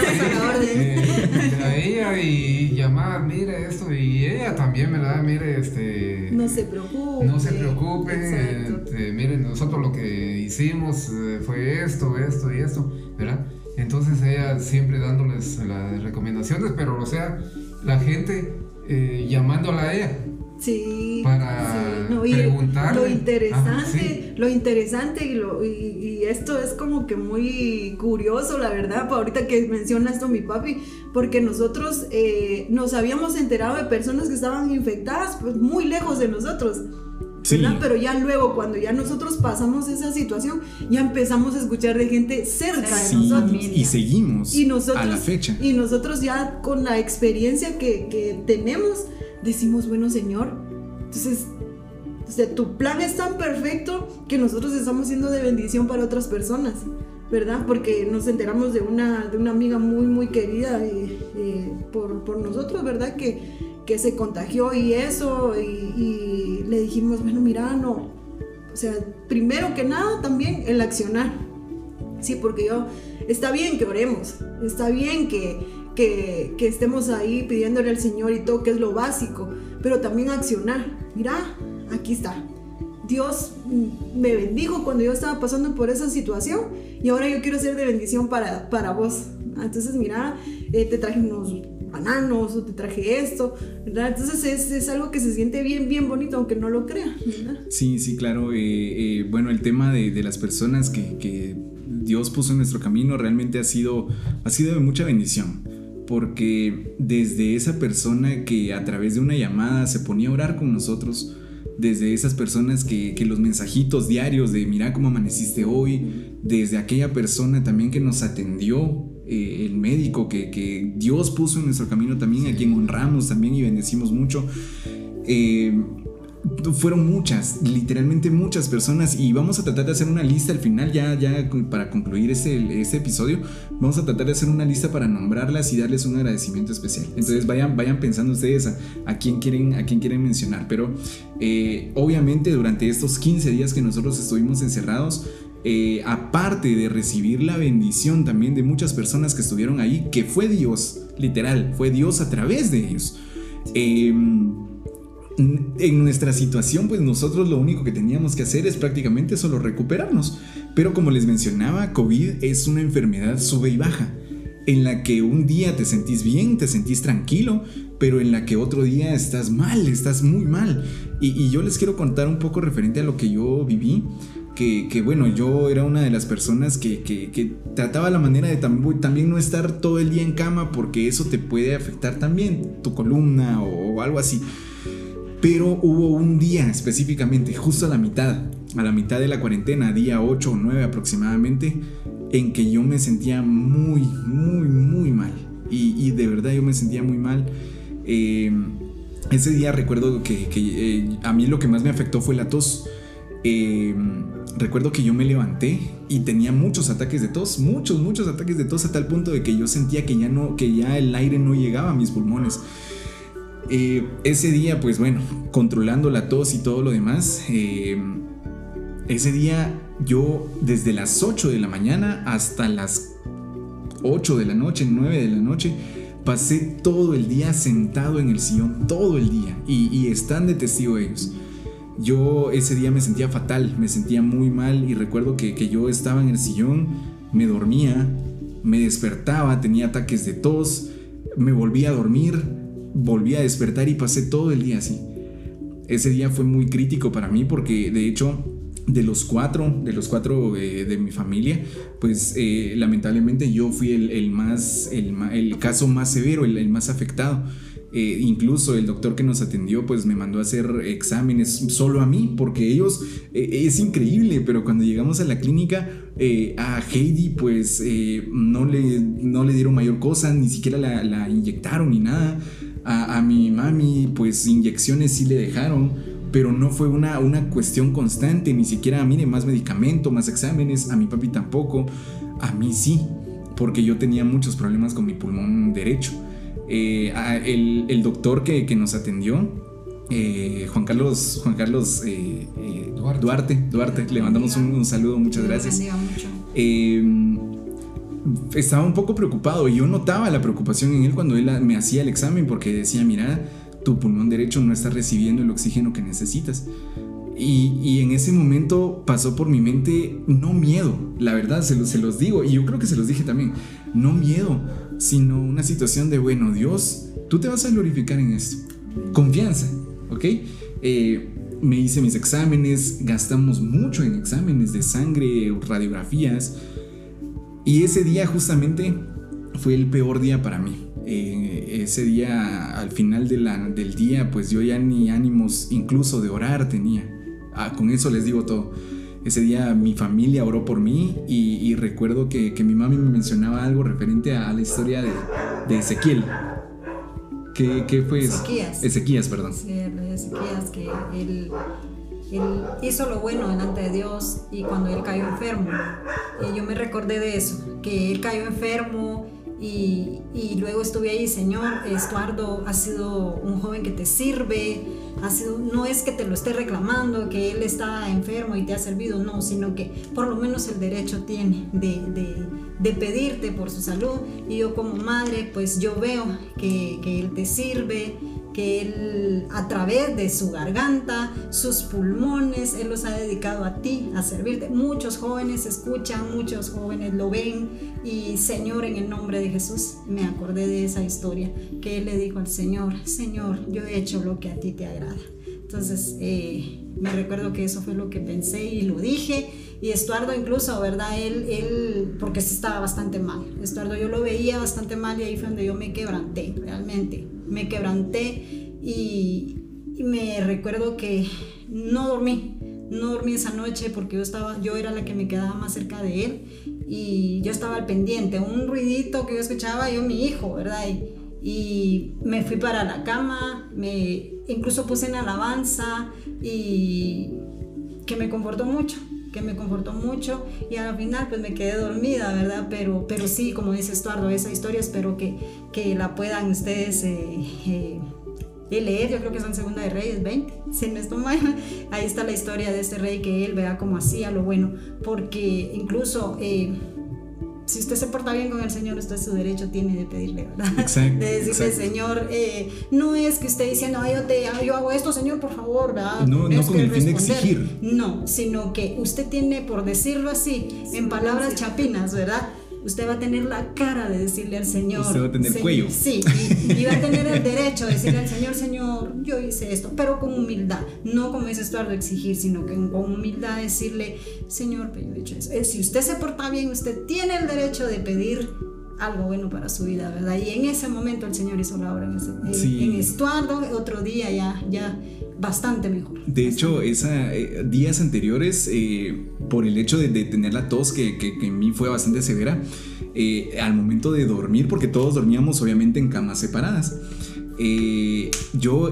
A ella y llamar, mire esto, y ella también, ¿verdad? Mire, no se preocupe. No se preocupe, miren, nosotros lo que hicimos fue esto y esto, ¿verdad? Entonces ella siempre dándoles las recomendaciones, pero o sea, la gente llamándola a ella. Sí, para preguntarle. Lo interesante y esto es como que muy curioso, la verdad, ahorita que menciona esto mi papi, porque nosotros nos habíamos enterado de personas que estaban infectadas pues muy lejos de nosotros, ¿verdad? Sí. Pero ya luego, cuando ya nosotros pasamos esa situación, ya empezamos a escuchar de gente cerca de nosotros. Y seguimos a la fecha. Y nosotros ya con la experiencia que tenemos, decimos, bueno, Señor, entonces, o sea, tu plan es tan perfecto que nosotros estamos siendo de bendición para otras personas, ¿verdad? Porque nos enteramos de una amiga muy, muy querida por nosotros, ¿verdad? Que se contagió y eso, y le dijimos, bueno, mira, no, o sea, primero que nada también el accionar, sí, porque está bien que oremos, está bien que estemos ahí pidiéndole al Señor y todo, que es lo básico, pero también accionar. Mira, aquí está, Dios me bendijo cuando yo estaba pasando por esa situación y ahora yo quiero ser de bendición para vos. Entonces mira, te traje unos bananos o te traje esto, ¿verdad? Entonces es algo que se siente bien, bien bonito, aunque no lo crean, ¿verdad? Sí, claro. Bueno, el tema de las personas que Dios puso en nuestro camino realmente ha sido de mucha bendición, porque desde esa persona que a través de una llamada se ponía a orar con nosotros, desde esas personas que los mensajitos diarios de mira cómo amaneciste hoy, desde aquella persona también que nos atendió el médico que Dios puso en nuestro camino también, a quien honramos también y bendecimos mucho. Fueron muchas, literalmente muchas personas, y vamos a tratar de hacer una lista al final, ya para concluir este episodio. Vamos a tratar de hacer una lista para nombrarlas y darles un agradecimiento especial. Entonces vayan pensando ustedes a quién quieren mencionar. Pero obviamente durante estos 15 días que nosotros estuvimos encerrados, aparte de recibir la bendición también de muchas personas que estuvieron ahí, que fue Dios, literal, fue Dios a través de ellos. En nuestra situación, pues nosotros lo único que teníamos que hacer es prácticamente solo recuperarnos. Pero como les mencionaba, COVID es una enfermedad sube y baja, en la que un día te sentís bien, te sentís tranquilo, pero en la que otro día estás mal, estás muy mal. Y yo les quiero contar un poco referente a lo que yo viví. Que bueno, yo era una de las personas que trataba la manera de también no estar todo el día en cama, porque eso te puede afectar también tu columna o algo así. Pero hubo un día específicamente, justo a la mitad de la cuarentena, día 8 o 9 aproximadamente, en que yo me sentía muy, muy, muy mal. Y de verdad yo me sentía muy mal. Ese día recuerdo que a mí lo que más me afectó fue la tos. Recuerdo que yo me levanté y tenía muchos ataques de tos, muchos ataques de tos, a tal punto de que yo sentía que ya el aire no llegaba a mis pulmones. Ese día, pues bueno, controlando la tos y todo lo demás, ese día yo desde las 8 de la mañana hasta las 8 de la noche, 9 de la noche, pasé todo el día sentado en el sillón, todo el día, y están de testigo ellos. Yo ese día me sentía fatal, me sentía muy mal, y recuerdo que yo estaba en el sillón, me dormía, me despertaba, tenía ataques de tos, me volvía a dormir, volví a despertar y pasé todo el día así. Ese día fue muy crítico para mí porque de hecho de los cuatro de mi familia, pues lamentablemente yo fui el caso más severo, el más afectado. Incluso el doctor que nos atendió pues me mandó a hacer exámenes solo a mí, porque ellos, es increíble, pero cuando llegamos a la clínica, a Heidi pues no le dieron mayor cosa, ni siquiera la inyectaron ni nada. A mi mami pues inyecciones sí le dejaron, pero no fue una cuestión constante, ni siquiera a mí de más medicamento, más exámenes. A mi papi tampoco, a mí sí, porque yo tenía muchos problemas con mi pulmón derecho. El doctor que nos atendió, Juan Carlos Duarte, le mandamos un saludo, muchas gracias. Estaba un poco preocupado y yo notaba la preocupación en él cuando él me hacía el examen, porque decía: mira, tu pulmón derecho no está recibiendo el oxígeno que necesitas. Y en ese momento pasó por mi mente no miedo, la verdad, se los digo, y yo creo que se los dije también, no miedo, sino una situación de: bueno, Dios, tú te vas a glorificar en esto, confianza, ¿ok? Me hice mis exámenes, gastamos mucho en exámenes de sangre, radiografías, y ese día justamente fue el peor día para mí. Ese día, al final del día, pues yo ya ni ánimos incluso de orar tenía. Con eso les digo todo. Ese día mi familia oró por mí, y recuerdo que mi mami me mencionaba algo referente a la historia de Ezequiel. ¿Qué fue eso? Ezequías, perdón. Sí, Ezequías, que él hizo lo bueno delante de Dios, y cuando él cayó enfermo, yo me recordé de eso, que él cayó enfermo. Y luego estuve ahí: Señor, Estuardo ha sido un joven que te sirve, no es que te lo esté reclamando, que él está enfermo y te ha servido, no, sino que por lo menos el derecho tiene de pedirte por su salud. Y yo como madre, pues yo veo que él te sirve, que él, a través de su garganta, sus pulmones, él los ha dedicado a ti, a servirte. Muchos jóvenes escuchan, muchos jóvenes lo ven, y Señor, en el nombre de Jesús, me acordé de esa historia que él le dijo al Señor: Señor, yo he hecho lo que a ti te agrada. Entonces me recuerdo que eso fue lo que pensé y lo dije. Y Estuardo incluso, ¿verdad? Él porque sí estaba bastante mal. Estuardo yo lo veía bastante mal, y ahí fue donde yo me quebranté, realmente. Me quebranté, y me recuerdo que no dormí esa noche, porque yo era la que me quedaba más cerca de él, y yo estaba al pendiente, un ruidito que yo escuchaba, yo mi hijo, ¿verdad? Y me fui para la cama, incluso puse en alabanza y que me confortó mucho y al final pues me quedé dormida, ¿verdad? Pero sí, como dice Estuardo, esa historia espero que la puedan ustedes leer. Yo creo que es en Segunda de Reyes 20, si no estoy mal. Ahí está la historia de este rey, que él vea cómo hacía lo bueno, porque incluso si usted se porta bien con el Señor, usted su derecho tiene de pedirle, ¿verdad? Exacto, de decirle, exacto. Señor, no es que usted diciendo, yo hago esto, Señor, por favor, ¿verdad? No con el fin de exigir. No, sino que usted tiene, por decirlo así, en palabras chapinas, ¿verdad? Usted va a tener la cara de decirle al Señor. Usted va a tener cuello. Sí, y va a tener el derecho de decirle al Señor, Señor, yo hice esto, pero con humildad. No como dice Estuardo, exigir, sino que con humildad decirle, Señor, pero yo he hecho eso. Si usted se porta bien, usted tiene el derecho de pedir algo bueno para su vida, ¿verdad? Y en ese momento el Señor hizo la obra en Estuardo. Otro día ya bastante mejor. De hecho, días anteriores, por el hecho de tener la tos que en mí fue bastante severa, al momento de dormir, porque todos dormíamos obviamente en camas separadas, yo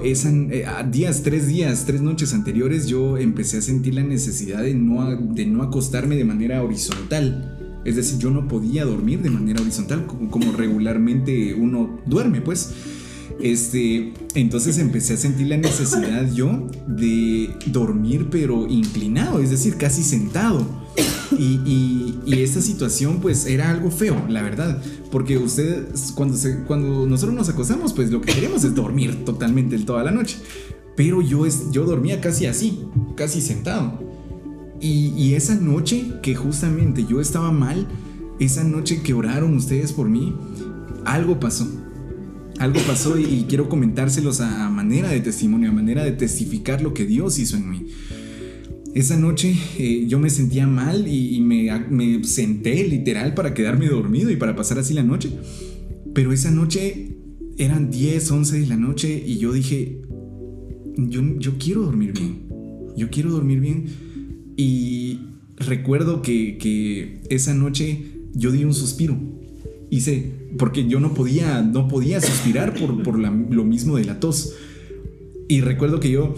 3 noches anteriores yo empecé a sentir la necesidad de no acostarme de manera horizontal. Es decir, yo no podía dormir de manera horizontal como regularmente uno duerme, pues. Entonces empecé a sentir la necesidad yo de dormir pero inclinado, es decir, casi sentado. Y esta situación pues era algo feo, la verdad, porque ustedes cuando nosotros nos acostamos pues lo que queremos es dormir totalmente toda la noche, pero yo dormía casi así, casi sentado. Y esa noche que justamente yo estaba mal, esa noche que oraron ustedes por mí, algo pasó y quiero comentárselos a manera de testimonio, a manera de testificar lo que Dios hizo en mí. Esa noche yo me sentía mal y me senté literal para quedarme dormido y para pasar así la noche. Pero esa noche eran 10, 11 de la noche y yo dije, yo quiero dormir bien. Yo quiero dormir bien. Y recuerdo que esa noche yo di un suspiro. Porque yo no podía suspirar por lo mismo de la tos. Y recuerdo que yo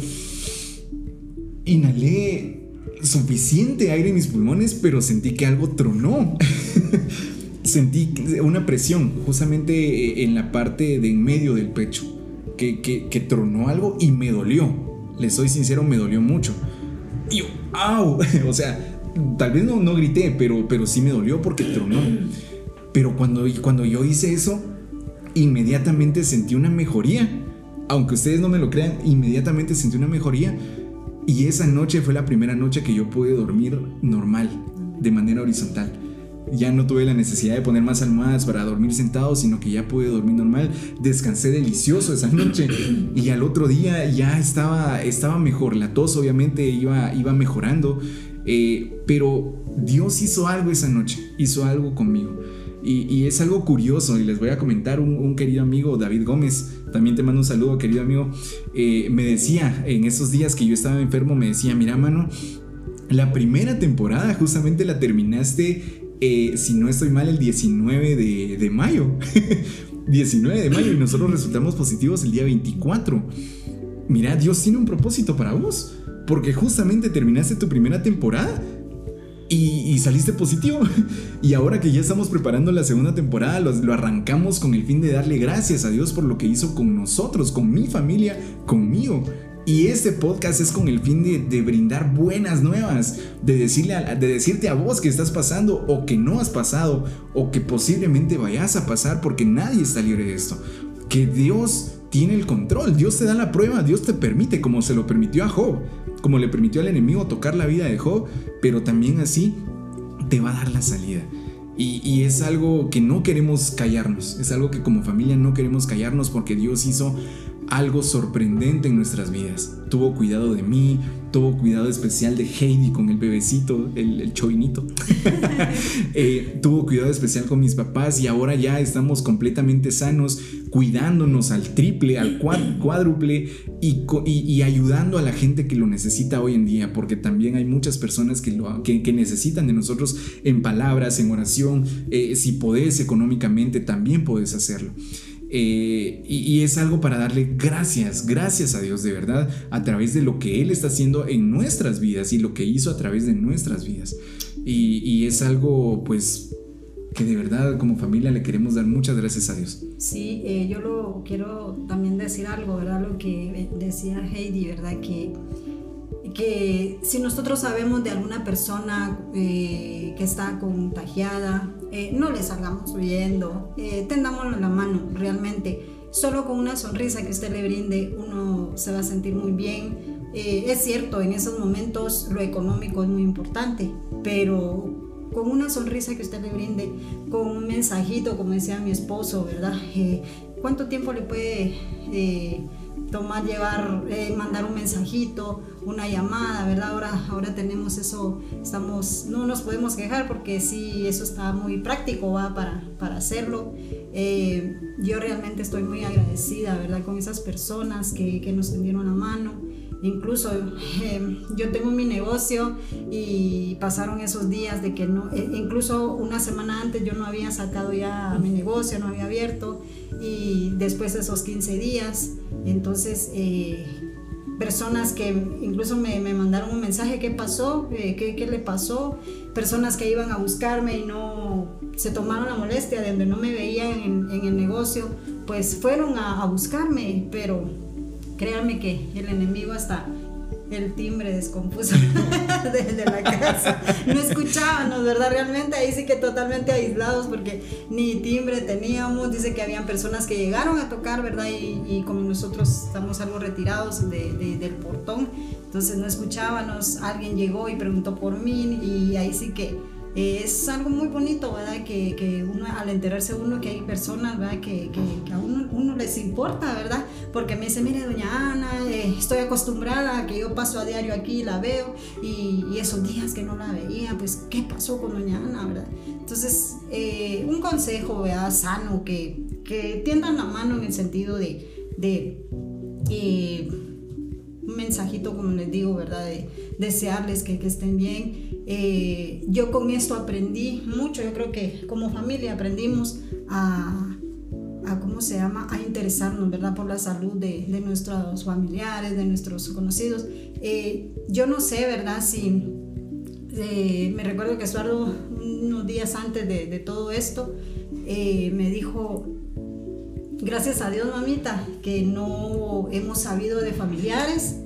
inhalé suficiente aire en mis pulmones, pero sentí que algo tronó. Sentí una presión justamente en la parte de en medio del pecho, que tronó algo y me dolió. Les soy sincero, me dolió mucho. Y yo, ¡au! O sea, tal vez no grité, pero sí me dolió porque tronó. Pero cuando yo hice eso, inmediatamente sentí una mejoría. Aunque ustedes no me lo crean, inmediatamente sentí una mejoría. Y esa noche fue la primera noche que yo pude dormir normal, de manera horizontal. Ya no tuve la necesidad de poner más almohadas para dormir sentado, sino que ya pude dormir normal. Descansé delicioso esa noche y al otro día ya estaba mejor. La tos obviamente iba mejorando, pero Dios hizo algo esa noche, hizo algo conmigo. Y es algo curioso y les voy a comentar. Un querido amigo, David Gómez, también te mando un saludo, querido amigo, me decía en esos días que yo estaba enfermo, me decía, mira, mano, la primera temporada justamente la terminaste, si no estoy mal, el 19 de mayo. 19 de mayo y nosotros resultamos positivos el día 24. Mira, Dios tiene un propósito para vos, porque justamente terminaste tu primera temporada y saliste positivo. Y ahora que ya estamos preparando la segunda temporada, lo arrancamos con el fin de darle gracias a Dios por lo que hizo con nosotros, con mi familia, conmigo. Y este podcast es con el fin de brindar buenas nuevas, de decirte a vos que estás pasando o que no has pasado o que posiblemente vayas a pasar, porque nadie está libre de esto. Que Dios tiene el control, Dios te da la prueba, Dios te permite, como se lo permitió a Job, como le permitió al enemigo tocar la vida de Job, pero también así te va a dar la salida. Y es algo que no queremos callarnos, es algo que como familia no queremos callarnos, porque Dios hizo algo sorprendente en nuestras vidas. Tuvo cuidado de mí, tuvo cuidado especial de Heidi con el bebecito, el chovinito. Tuvo cuidado especial con mis papás y ahora ya estamos completamente sanos, cuidándonos al triple, al cuádruple y ayudando a la gente que lo necesita hoy en día, porque también hay muchas personas que necesitan de nosotros en palabras, en oración. Si podés económicamente, también podés hacerlo. Y es algo para darle gracias a Dios de verdad, a través de lo que Él está haciendo en nuestras vidas y lo que hizo a través de nuestras vidas. Y es algo pues que de verdad como familia le queremos dar muchas gracias a Dios. Sí, yo quiero también decir algo, ¿verdad? Lo que decía Heidi, ¿verdad? Que si nosotros sabemos de alguna persona que está contagiada, no le salgamos huyendo, tendámosle la mano realmente. Solo con una sonrisa que usted le brinde, uno se va a sentir muy bien. Es cierto, en esos momentos lo económico es muy importante, pero con una sonrisa que usted le brinde, con un mensajito, como decía mi esposo, ¿verdad? ¿Cuánto tiempo le puede mandar un mensajito, una llamada, ¿verdad? Ahora tenemos eso, no nos podemos quejar porque sí, eso está muy práctico, ¿va? Para hacerlo. Yo realmente estoy muy agradecida, ¿verdad? Con esas personas que nos tendieron la mano. Incluso yo tengo mi negocio y pasaron esos días de que no, incluso una semana antes yo no había sacado ya mi negocio, no había abierto, y después de esos 15 días, entonces personas que incluso me mandaron un mensaje, ¿qué pasó? ¿Qué le pasó? Personas que iban a buscarme y no se tomaron la molestia de donde no me veían en el negocio, pues fueron a buscarme, pero créanme que el enemigo hasta el timbre descompuso de la casa. No escuchábamos, ¿verdad? Realmente ahí sí que totalmente aislados porque ni timbre teníamos. Dice que habían personas que llegaron a tocar, ¿verdad? Y como nosotros estamos algo retirados del portón, entonces no escuchábamos. Alguien llegó y preguntó por mí y ahí sí que es algo muy bonito, ¿verdad? Que uno, al enterarse uno que hay personas, ¿verdad? Que a uno les importa, ¿verdad? Porque me dice, mire, doña Ana, estoy acostumbrada a que yo paso a diario aquí, la veo, y esos días que no la veía, pues, ¿qué pasó con doña Ana, verdad? Entonces, un consejo, ¿verdad? Sano, que tiendan la mano en el sentido de un mensajito, como les digo, ¿verdad? De desearles que estén bien. Yo con esto aprendí mucho. Yo creo que como familia aprendimos a interesarnos, ¿verdad? Por la salud de nuestros familiares, de nuestros conocidos. Yo no sé, ¿verdad? Si me recuerdo que Estuardo, unos días antes de todo esto, me dijo: gracias a Dios, mamita, que no hemos sabido de familiares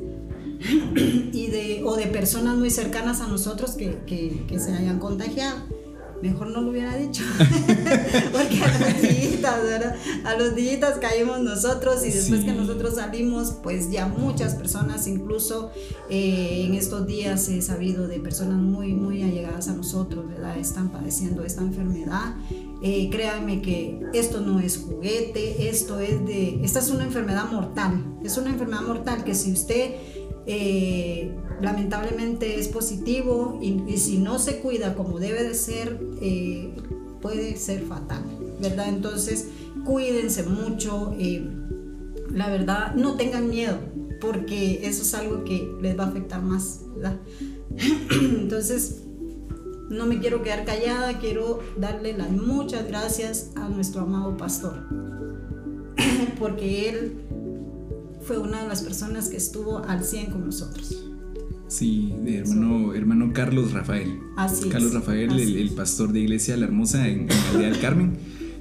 o de personas muy cercanas a nosotros que se hayan contagiado. Mejor no lo hubiera dicho porque a los días caímos nosotros, y después que nosotros salimos, pues ya muchas personas, incluso en estos días he sabido de personas muy, muy allegadas a nosotros, ¿verdad? Están padeciendo esta enfermedad. Créanme que esto no es juguete, esta es una enfermedad mortal. Es una enfermedad mortal que si usted lamentablemente es positivo y si no se cuida como debe de ser, puede ser fatal, ¿verdad? Entonces cuídense mucho, la verdad, no tengan miedo, porque eso es algo que les va a afectar más, ¿verdad? Entonces no me quiero quedar callada, quiero darle las muchas gracias a nuestro amado pastor, porque él fue una de las personas que estuvo al 100 con nosotros. Sí, de hermano Carlos Rafael. Así Carlos es. Rafael, el pastor de Iglesia La Hermosa en la aldea del Carmen.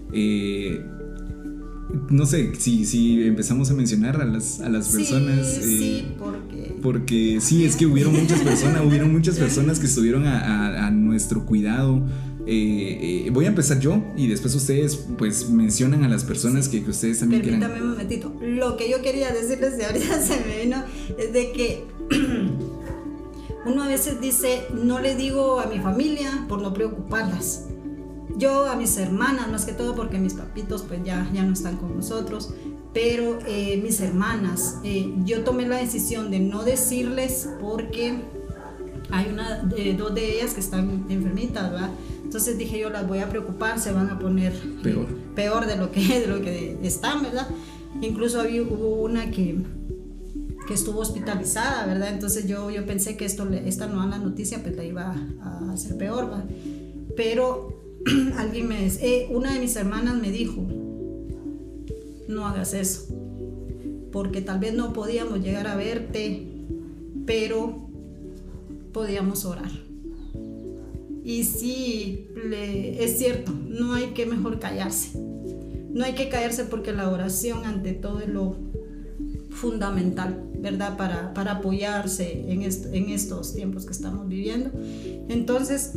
No sé si empezamos a mencionar a las personas. Sí, porque sí, es que hubieron muchas personas que estuvieron a nuestro cuidado. Voy a empezar yo y después ustedes pues mencionan a las personas que ustedes también quieran. Permítame un momentito. Lo que yo quería decirles de ahorita se me vino es de que uno a veces dice, no le digo a mi familia por no preocuparlas. yo a mis hermanas, más que todo porque mis papitos pues ya no están con nosotros, pero mis hermanas, yo tomé la decisión de no decirles porque hay dos de ellas que están enfermitas, ¿verdad? Entonces dije yo, las voy a preocupar, se van a poner peor de lo que están, ¿verdad? Incluso hubo una que estuvo hospitalizada, ¿verdad? Entonces yo pensé que esta mala noticia pues la iba a hacer peor, ¿verdad? Pero una de mis hermanas me dijo, no hagas eso, porque tal vez no podíamos llegar a verte, pero podíamos orar. Y sí, es cierto, no hay que mejor callarse. No hay que callarse porque la oración ante todo es lo fundamental, ¿verdad? Para apoyarse en estos tiempos que estamos viviendo. Entonces,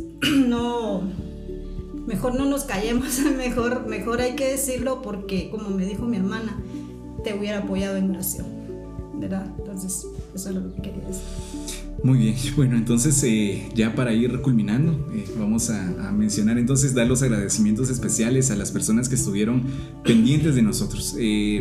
mejor no nos callemos, mejor hay que decirlo porque, como me dijo mi hermana, te hubiera apoyado en oración, ¿verdad? Entonces, eso es lo que quería decir. Muy bien, bueno, entonces ya para ir culminando, vamos a mencionar entonces, dar los agradecimientos especiales a las personas que estuvieron pendientes de nosotros.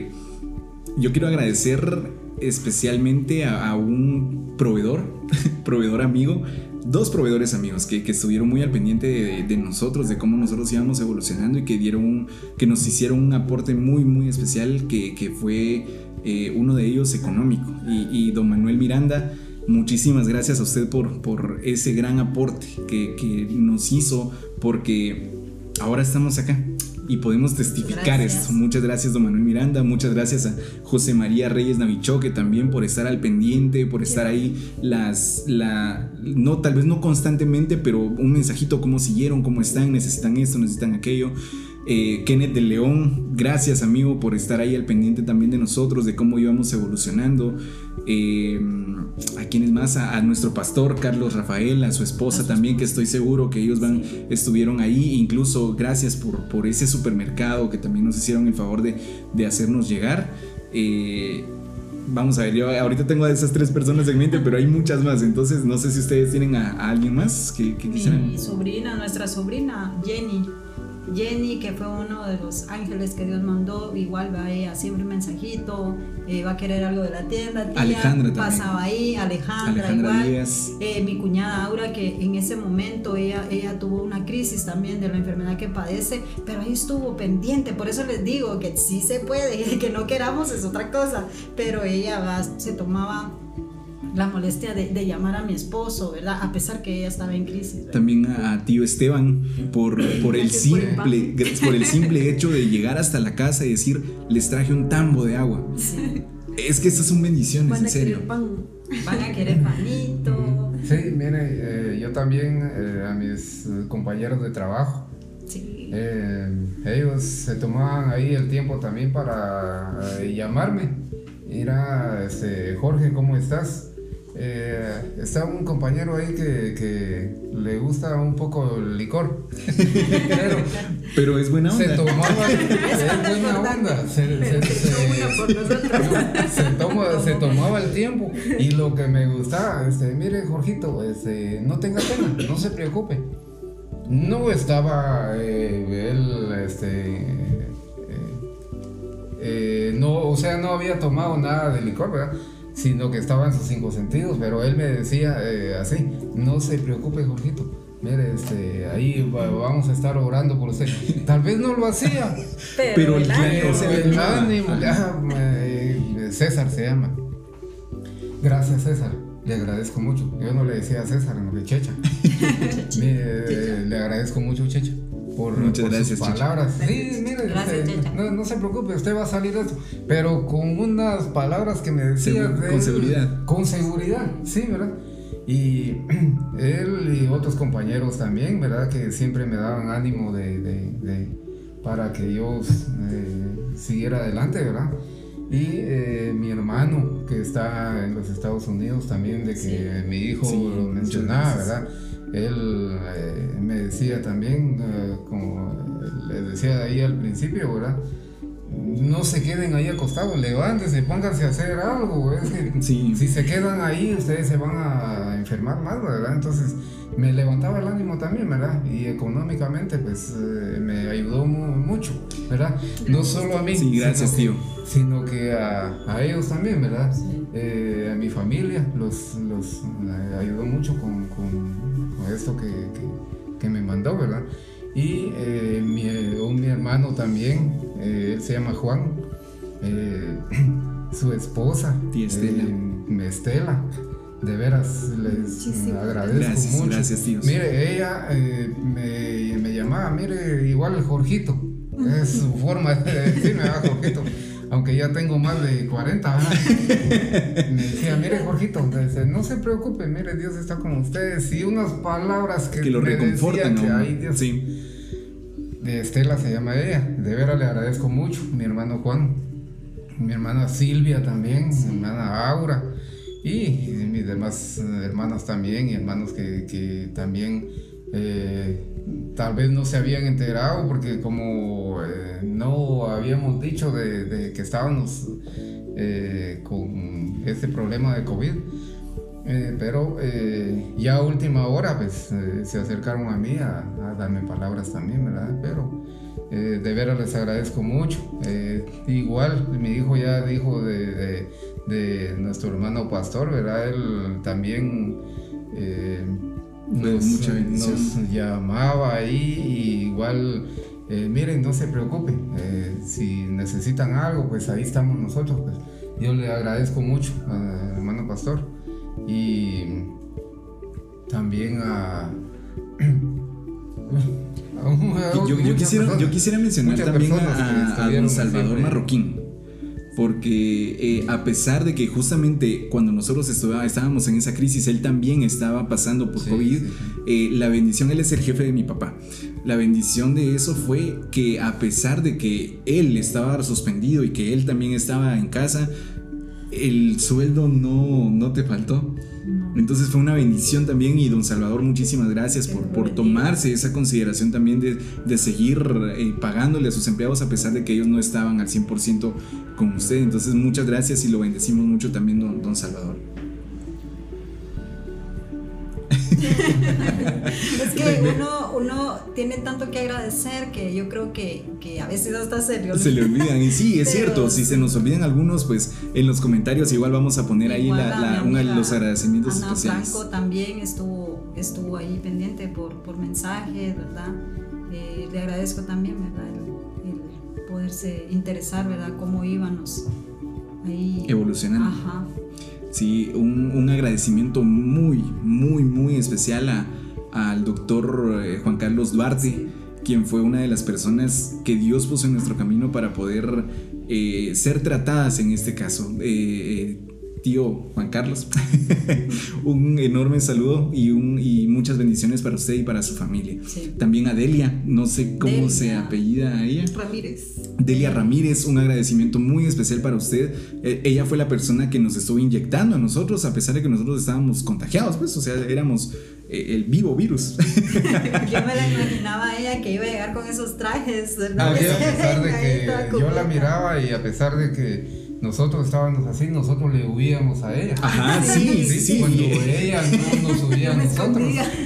Yo quiero agradecer especialmente a un proveedor amigo, dos proveedores amigos que estuvieron muy al pendiente de nosotros, de cómo nosotros íbamos evolucionando y que nos hicieron un aporte muy muy especial que fue uno de ellos económico y don Manuel Miranda. Muchísimas gracias a usted por ese gran aporte que nos hizo, porque ahora estamos acá y podemos testificar esto. Muchas gracias, don Manuel Miranda. Muchas gracias a José María Reyes Navichoque también por estar al pendiente, por estar ahí no, tal vez no constantemente, pero un mensajito, cómo siguieron, cómo están, necesitan esto, necesitan aquello. Kenneth de León, gracias amigo por estar ahí al pendiente también de nosotros, de cómo íbamos evolucionando. ¿A quiénes más? A nuestro pastor Carlos Rafael, a su esposa también, que estoy seguro que ellos estuvieron ahí. Incluso gracias por ese supermercado que también nos hicieron el favor de hacernos llegar. Vamos a ver, yo ahorita tengo a esas 3 personas en mente, pero hay muchas más, entonces no sé si ustedes tienen a alguien más que quisieran. Nuestra sobrina Jenny, que fue uno de los ángeles que Dios mandó, igual va ella siempre un mensajito, va a querer algo de la tienda, tía, Alejandra pasaba también. ahí, Alejandra igual, Díaz. Mi cuñada Aura, que en ese momento ella tuvo una crisis también de la enfermedad que padece, pero ahí estuvo pendiente. Por eso les digo que sí se puede, que no queramos es otra cosa, pero ella se tomaba la molestia de llamar a mi esposo, ¿verdad? A pesar que ella estaba en crisis, ¿verdad? También a tío Esteban por el simple hecho de llegar hasta la casa y decir, les traje un tambo de agua. Sí. Es que estas son bendiciones, en serio. Van a querer panito. Sí, mire, yo también a mis compañeros de trabajo, sí. Ellos se tomaban ahí el tiempo también para llamarme. Mira, Jorge, ¿cómo estás? Está un compañero ahí que le gusta un poco el licor, pero es buena onda. Es buena onda. Se tomaba el tiempo. Y lo que me gustaba, mire, Jorgito, no tenga pena, no se preocupe. No estaba no había tomado nada de licor, ¿verdad? Sino que estaba en sus 5 sentidos, pero él me decía así, no se preocupe, Jorgito, mire, ahí vamos a estar orando por usted. Tal vez no lo hacía, pero el ánimo, César se llama. Gracias, César, le agradezco mucho. Yo no le decía a César, no le Checha. Le agradezco mucho, Checha, por sus palabras. Sí, mire, no se preocupe, usted va a salir de esto, pero con unas palabras que me decía con seguridad, sí, ¿verdad? Y él y otros compañeros también, ¿verdad? Que siempre me daban ánimo para que yo siguiera adelante, ¿verdad? Y mi hermano, que está en los Estados Unidos también, de que mi hijo lo mencionaba, ¿verdad? Él me decía también, como le decía ahí al principio, ¿verdad? no se queden ahí acostados, levántense, pónganse a hacer algo. Es que sí. Si se quedan ahí, ustedes se van a enfermar más, ¿verdad? Entonces me levantaba el ánimo también, ¿verdad? Y económicamente, pues me ayudó mucho, ¿verdad? No solo a mí, sí, gracias, tío, sino que a ellos también, ¿verdad? Sí. A mi familia los ayudó mucho con esto que me mandó, ¿verdad? Y mi hermano también, él se llama Juan, su esposa, Estela, de veras les agradezco mucho. Gracias, tíos. Mire, ella me llamaba, mire, igual el Jorgito, es su forma de decirme, Jorgito, aunque ya tengo más de 40, me decía, mire, Jorgito, no se preocupe, mire, Dios está con ustedes, y unas palabras que lo reconfortan, decía, que ay, Dios. Sí. De Estela se llama ella, de veras le agradezco mucho, mi hermano Juan, mi hermana Silvia también, mi hermana Aura, y mis demás hermanas también, y hermanos que también tal vez no se habían enterado, porque como no habíamos dicho de que estábamos con este problema de COVID, pero ya a última hora pues se acercaron a mí a darme palabras también, ¿verdad? Pero de veras les agradezco mucho. Igual mi hijo ya dijo de nuestro hermano pastor, ¿verdad? Él también nos llamaba ahí, y igual miren, no se preocupen, si necesitan algo, pues ahí estamos nosotros. Pues yo le agradezco mucho al hermano pastor, y también yo quisiera mencionar también a don Salvador Marroquín, porque a pesar de que justamente cuando nosotros estábamos en esa crisis, él también estaba pasando por COVID, la bendición, él es el jefe de mi papá, la bendición de eso fue que a pesar de que él estaba suspendido y que él también estaba en casa, el sueldo no te faltó. Entonces fue una bendición también, y don Salvador, muchísimas gracias por tomarse esa consideración también de seguir pagándole a sus empleados a pesar de que ellos no estaban al 100% con usted. Entonces muchas gracias y lo bendecimos mucho también, don Salvador. Es que uno tiene tanto que agradecer que yo creo que a veces hasta se le olvidan. Y sí, es cierto, si se nos olvidan algunos, pues en los comentarios igual vamos a poner ahí los agradecimientos Ana especiales. Franco también estuvo ahí pendiente por mensajes, ¿verdad? Le agradezco también, ¿verdad? El poderse interesar, ¿verdad? Cómo íbamos ahí evolucionando. Ajá. Sí, un agradecimiento muy especial al doctor Juan Carlos Duarte, quien fue una de las personas que Dios puso en nuestro camino para poder ser tratadas en este caso. Tío Juan Carlos, un enorme saludo y muchas bendiciones para usted y para su familia. Sí. También a Delia, no sé cómo se apellida a ella. Delia Ramírez, un agradecimiento muy especial para usted. Ella fue la persona que nos estuvo inyectando a nosotros, a pesar de que nosotros estábamos contagiados, pues, o sea, éramos el vivo virus. Yo me la imaginaba a ella que iba a llegar con esos trajes, ¿verdad? A pesar de que yo la miraba, y a pesar de que nosotros estábamos así, nosotros le huíamos a ella. Ajá, sí. Cuando ella no nos huía a nosotros.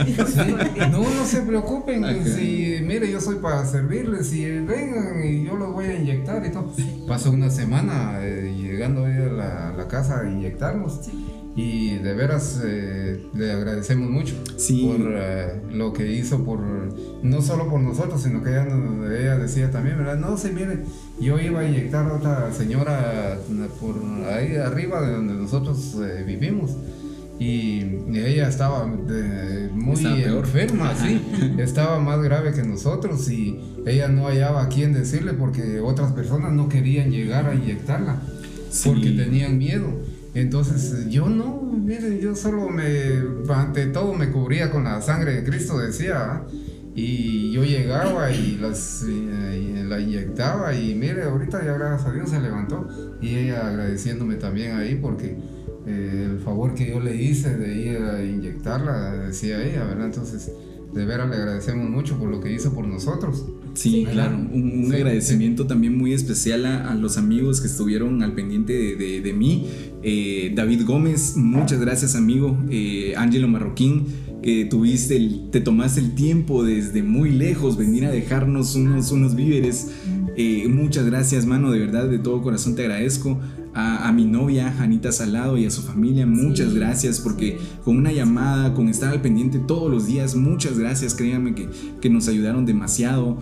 No se preocupen. Mire, yo soy para servirles. Y vengan y yo los voy a inyectar y todo. Pasó una semana llegando ella a la casa a inyectarnos. Sí. Y de veras le agradecemos mucho por lo que hizo, no solo por nosotros, sino que ella decía también, ¿verdad? No, sí, mire, yo iba a inyectar a otra señora por ahí arriba de donde nosotros vivimos, y ella estaba muy enferma, sí, estaba más grave que nosotros, y ella no hallaba a quién decirle porque otras personas no querían llegar a inyectarla porque tenían miedo. Entonces yo miren, yo solo ante todo me cubría con la sangre de Cristo, decía, y yo llegaba y la inyectaba, y mire, ahorita ya gracias a Dios se levantó, y ella agradeciéndome también ahí porque el favor que yo le hice de ir a inyectarla, decía ella, ¿verdad? Entonces de veras le agradecemos mucho por lo que hizo por nosotros. Sí, claro, un agradecimiento también muy especial a los amigos que estuvieron al pendiente de mí. David Gómez, muchas gracias, amigo. Ángelo Marroquín, que te tomaste el tiempo desde muy lejos venir a dejarnos unos víveres. Muchas gracias, mano, de verdad, de todo corazón te agradezco. A mi novia Anita Salado y a su familia, muchas gracias, porque con una llamada, con estar al pendiente todos los días, muchas gracias, créanme que nos ayudaron demasiado.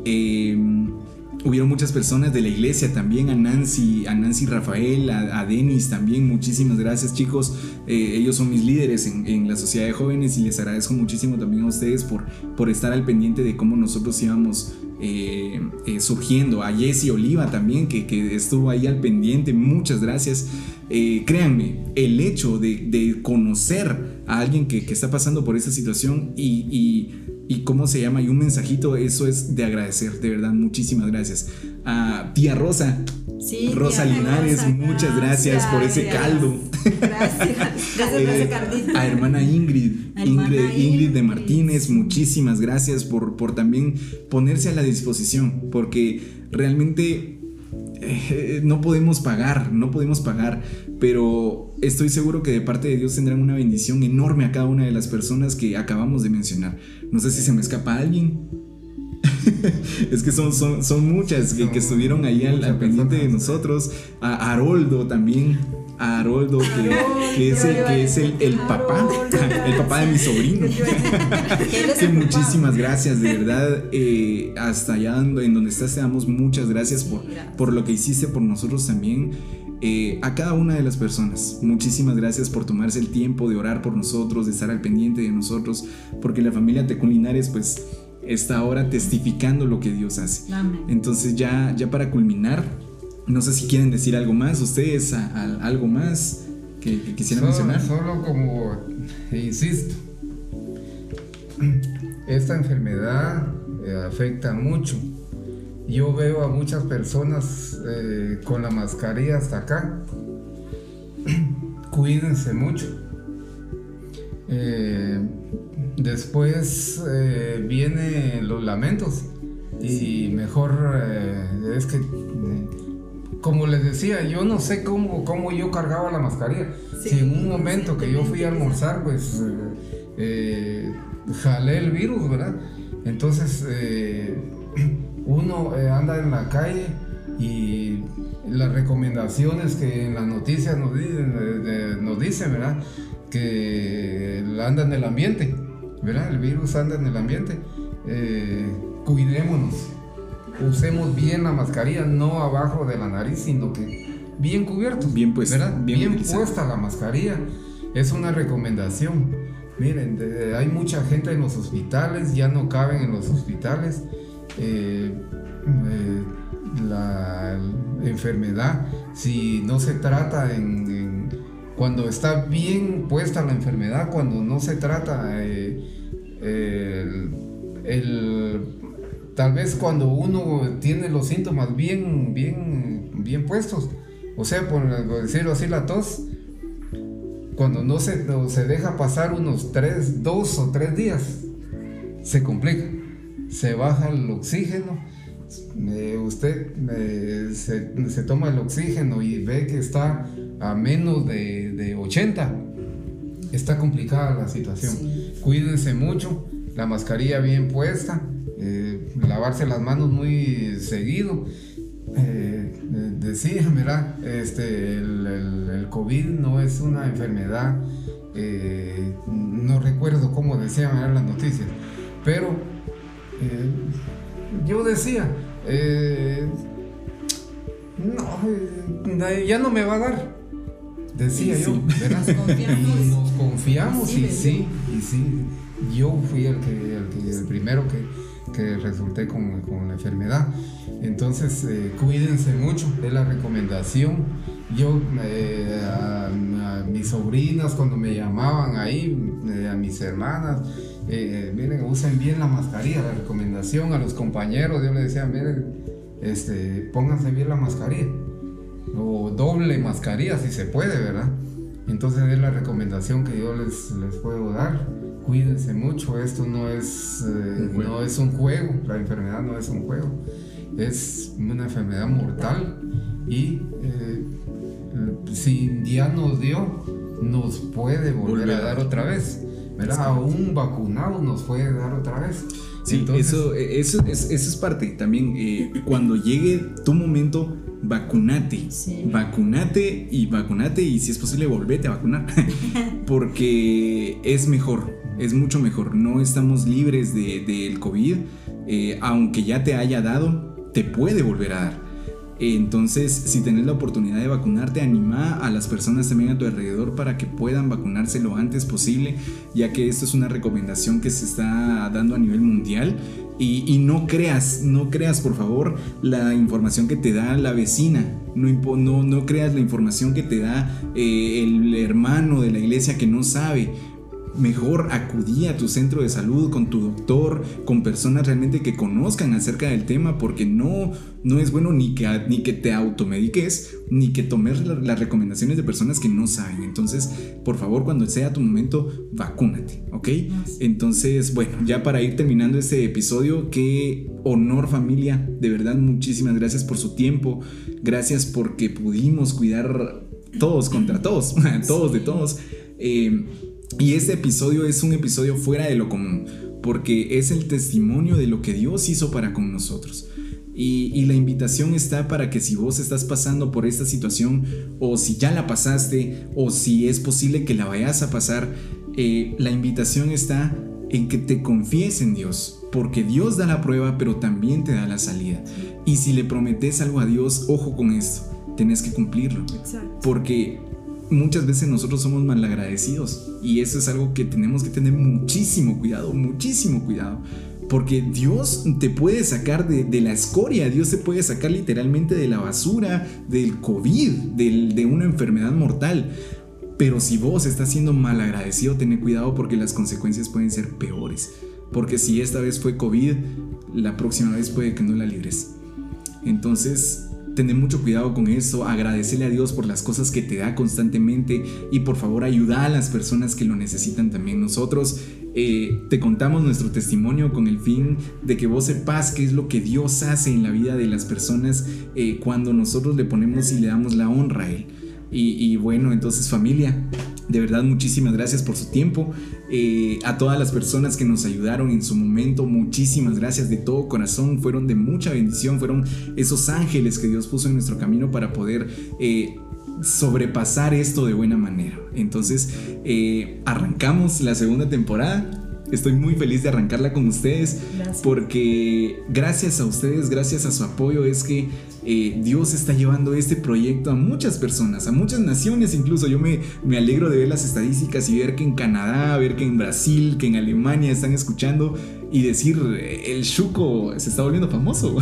Hubieron muchas personas de la iglesia también, a Nancy Rafael, a Denis también, muchísimas gracias, chicos. Ellos son mis líderes en la sociedad de jóvenes y les agradezco muchísimo también a ustedes por estar al pendiente de cómo nosotros íbamos surgiendo. A Jessy Oliva también, que estuvo ahí al pendiente, muchas gracias. Créanme, el hecho de conocer a alguien que está pasando por esa situación y cómo se llama, y un mensajito, eso es de agradecer, de verdad, muchísimas gracias. A tía Rosa, Rosa Linares, Rosa, muchas gracias por ese caldo. Gracias por ese caldito. A hermana Ingrid de Martínez, muchísimas gracias por también ponerse a la disposición, porque realmente no podemos pagar, pero estoy seguro que de parte de Dios tendrán una bendición enorme a cada una de las personas que acabamos de mencionar. No sé si se me escapa alguien. Es que son muchas que estuvieron ahí al pendiente de nosotros. A Haroldo también. A Haroldo, que es el papá, el papá de mi sobrino. Que muchísimas gracias, de verdad. Hasta allá en donde estás, te damos muchas gracias por lo que hiciste por nosotros también. A cada una de las personas, muchísimas gracias por tomarse el tiempo de orar por nosotros, de estar al pendiente de nosotros, porque la familia Tecún Linares pues está ahora testificando lo que Dios hace. Amén. Entonces ya para culminar, no sé si quieren decir algo más ustedes, algo más que quisieran mencionar. Solo como insisto, esta enfermedad afecta mucho. Yo veo a muchas personas con la mascarilla hasta acá. Cuídense mucho. Después vienen los lamentos. Y mejor es que, como les decía, yo no sé cómo yo cargaba la mascarilla. Sí, si en un momento que yo fui a almorzar, pues jalé el virus, ¿verdad? Entonces uno anda en la calle y las recomendaciones que en las noticias nos dicen, ¿verdad? Que anda en el ambiente, ¿verdad? El virus anda en el ambiente. Cuidémonos, usemos bien la mascarilla, no abajo de la nariz, sino que bien cubiertos, bien puesta, ¿verdad? Bien puesta la mascarilla, es una recomendación. Miren, hay mucha gente en los hospitales, ya no caben en los hospitales. La enfermedad, si no se trata cuando está bien puesta la enfermedad, cuando no se trata tal vez cuando uno tiene los síntomas bien puestos, o sea, por decirlo así, la tos, cuando no se deja pasar unos 2 o 3 días, se complica, se baja el oxígeno. Usted se toma el oxígeno y ve que está a menos de 80, está complicada la situación. Sí. Cuídense mucho, la mascarilla bien puesta, lavarse las manos muy seguido. Decía, ¿verdad? El COVID no es una enfermedad, no recuerdo cómo decían en las noticias, pero yo decía, ya no me va a dar, decía yo, ¿verdad? Y nos confiamos y sí, yo fui el primero que resulté con la enfermedad. Entonces cuídense mucho, es la recomendación. Yo a mis sobrinas cuando me llamaban ahí, a mis hermanas, miren, usen bien la mascarilla, la recomendación. A los compañeros yo les decía, miren, pónganse bien la mascarilla, o doble mascarilla si se puede, ¿verdad? Entonces es la recomendación que yo les puedo dar. cuídense mucho, esto no es un juego, la enfermedad no es un juego, es una enfermedad mortal y si ya nos dio, nos puede volver a dar otra vez, ¿verdad? Aún vacunado nos puede dar otra vez. Sí, entonces, eso es parte también. Cuando llegue tu momento, vacunate. Sí. Vacunate y si es posible volvete a vacunar. Porque es mejor, es mucho mejor. No estamos libres del COVID. Aunque ya te haya dado, te puede volver a dar. Entonces, si tenés la oportunidad de vacunarte, anima a las personas también a tu alrededor para que puedan vacunarse lo antes posible, ya que esto es una recomendación que se está dando a nivel mundial. Y no creas por favor la información que te da la vecina, no creas la información que te da el hermano de la iglesia que no sabe. Mejor acudí a tu centro de salud con tu doctor, con personas realmente que conozcan acerca del tema, porque no es bueno ni que te automediques, ni que tomes las recomendaciones de personas que no saben. Entonces, por favor, cuando sea tu momento, vacúnate, ¿ok? Entonces, bueno, ya para ir terminando este episodio, qué honor, familia, de verdad, muchísimas gracias por su tiempo, gracias porque pudimos cuidar todos contra todos, todos de todos. Y este episodio es un episodio fuera de lo común, porque es el testimonio de lo que Dios hizo para con nosotros. Y la invitación está para que si vos estás pasando por esta situación, o si ya la pasaste, o si es posible que la vayas a pasar, la invitación está en que te confíes en Dios, porque Dios da la prueba, pero también te da la salida. Y si le prometes algo a Dios, ojo con esto, tenés que cumplirlo. Exacto. Porque muchas veces nosotros somos malagradecidos y eso es algo que tenemos que tener muchísimo cuidado, porque Dios te puede sacar de la escoria, Dios te puede sacar literalmente de la basura, del COVID, de una enfermedad mortal. Pero si vos estás siendo malagradecido, ten cuidado porque las consecuencias pueden ser peores, porque si esta vez fue COVID, la próxima vez puede que no la libres. Entonces, tener mucho cuidado con eso, agradecerle a Dios por las cosas que te da constantemente y por favor ayuda a las personas que lo necesitan también. Nosotros te contamos nuestro testimonio con el fin de que vos sepas qué es lo que Dios hace en la vida de las personas cuando nosotros le ponemos y le damos la honra a Él. Y bueno, entonces familia, de verdad muchísimas gracias por su tiempo. A todas las personas que nos ayudaron en su momento, muchísimas gracias de todo corazón, fueron de mucha bendición, fueron esos ángeles que Dios puso en nuestro camino para poder sobrepasar esto de buena manera. Entonces arrancamos la segunda temporada. Estoy muy feliz de arrancarla con ustedes. Gracias. Porque gracias a ustedes, gracias a su apoyo es que Dios está llevando este proyecto a muchas personas, a muchas naciones incluso. Yo me alegro de ver las estadísticas y ver que en Canadá, ver que en Brasil, que en Alemania están escuchando y decir, el Chuco se está volviendo famoso.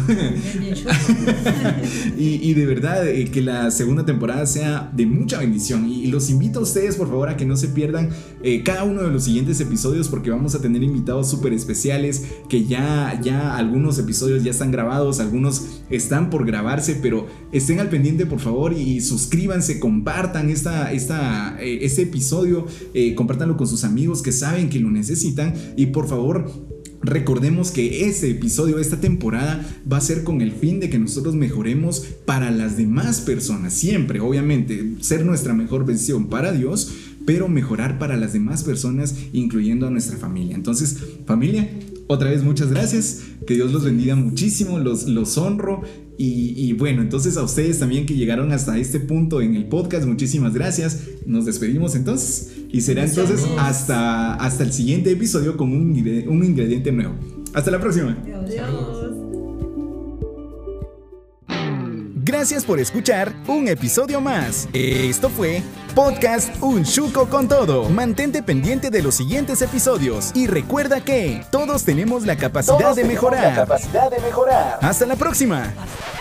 y de verdad que la segunda temporada sea de mucha bendición y los invito a ustedes por favor a que no se pierdan cada uno de los siguientes episodios, porque vamos a tener invitados súper especiales que ya algunos episodios ya están grabados, algunos están por grabarse, pero estén al pendiente por favor y suscríbanse, compartan este episodio, compártanlo con sus amigos que saben que lo necesitan y por favor recordemos que este episodio, esta temporada va a ser con el fin de que nosotros mejoremos para las demás personas, siempre obviamente ser nuestra mejor versión para Dios, pero mejorar para las demás personas, incluyendo a nuestra familia. Entonces, familia, otra vez muchas gracias, que Dios los bendiga muchísimo, los honro y bueno, entonces a ustedes también que llegaron hasta este punto en el podcast, muchísimas gracias. Nos despedimos entonces y será entonces hasta el siguiente episodio con un ingrediente nuevo. Hasta la próxima. Adiós. Gracias por escuchar un episodio más. Esto fue Podcast Un Chuco con Todo. Mantente pendiente de los siguientes episodios y recuerda que todos tenemos la capacidad de mejorar. Hasta la próxima.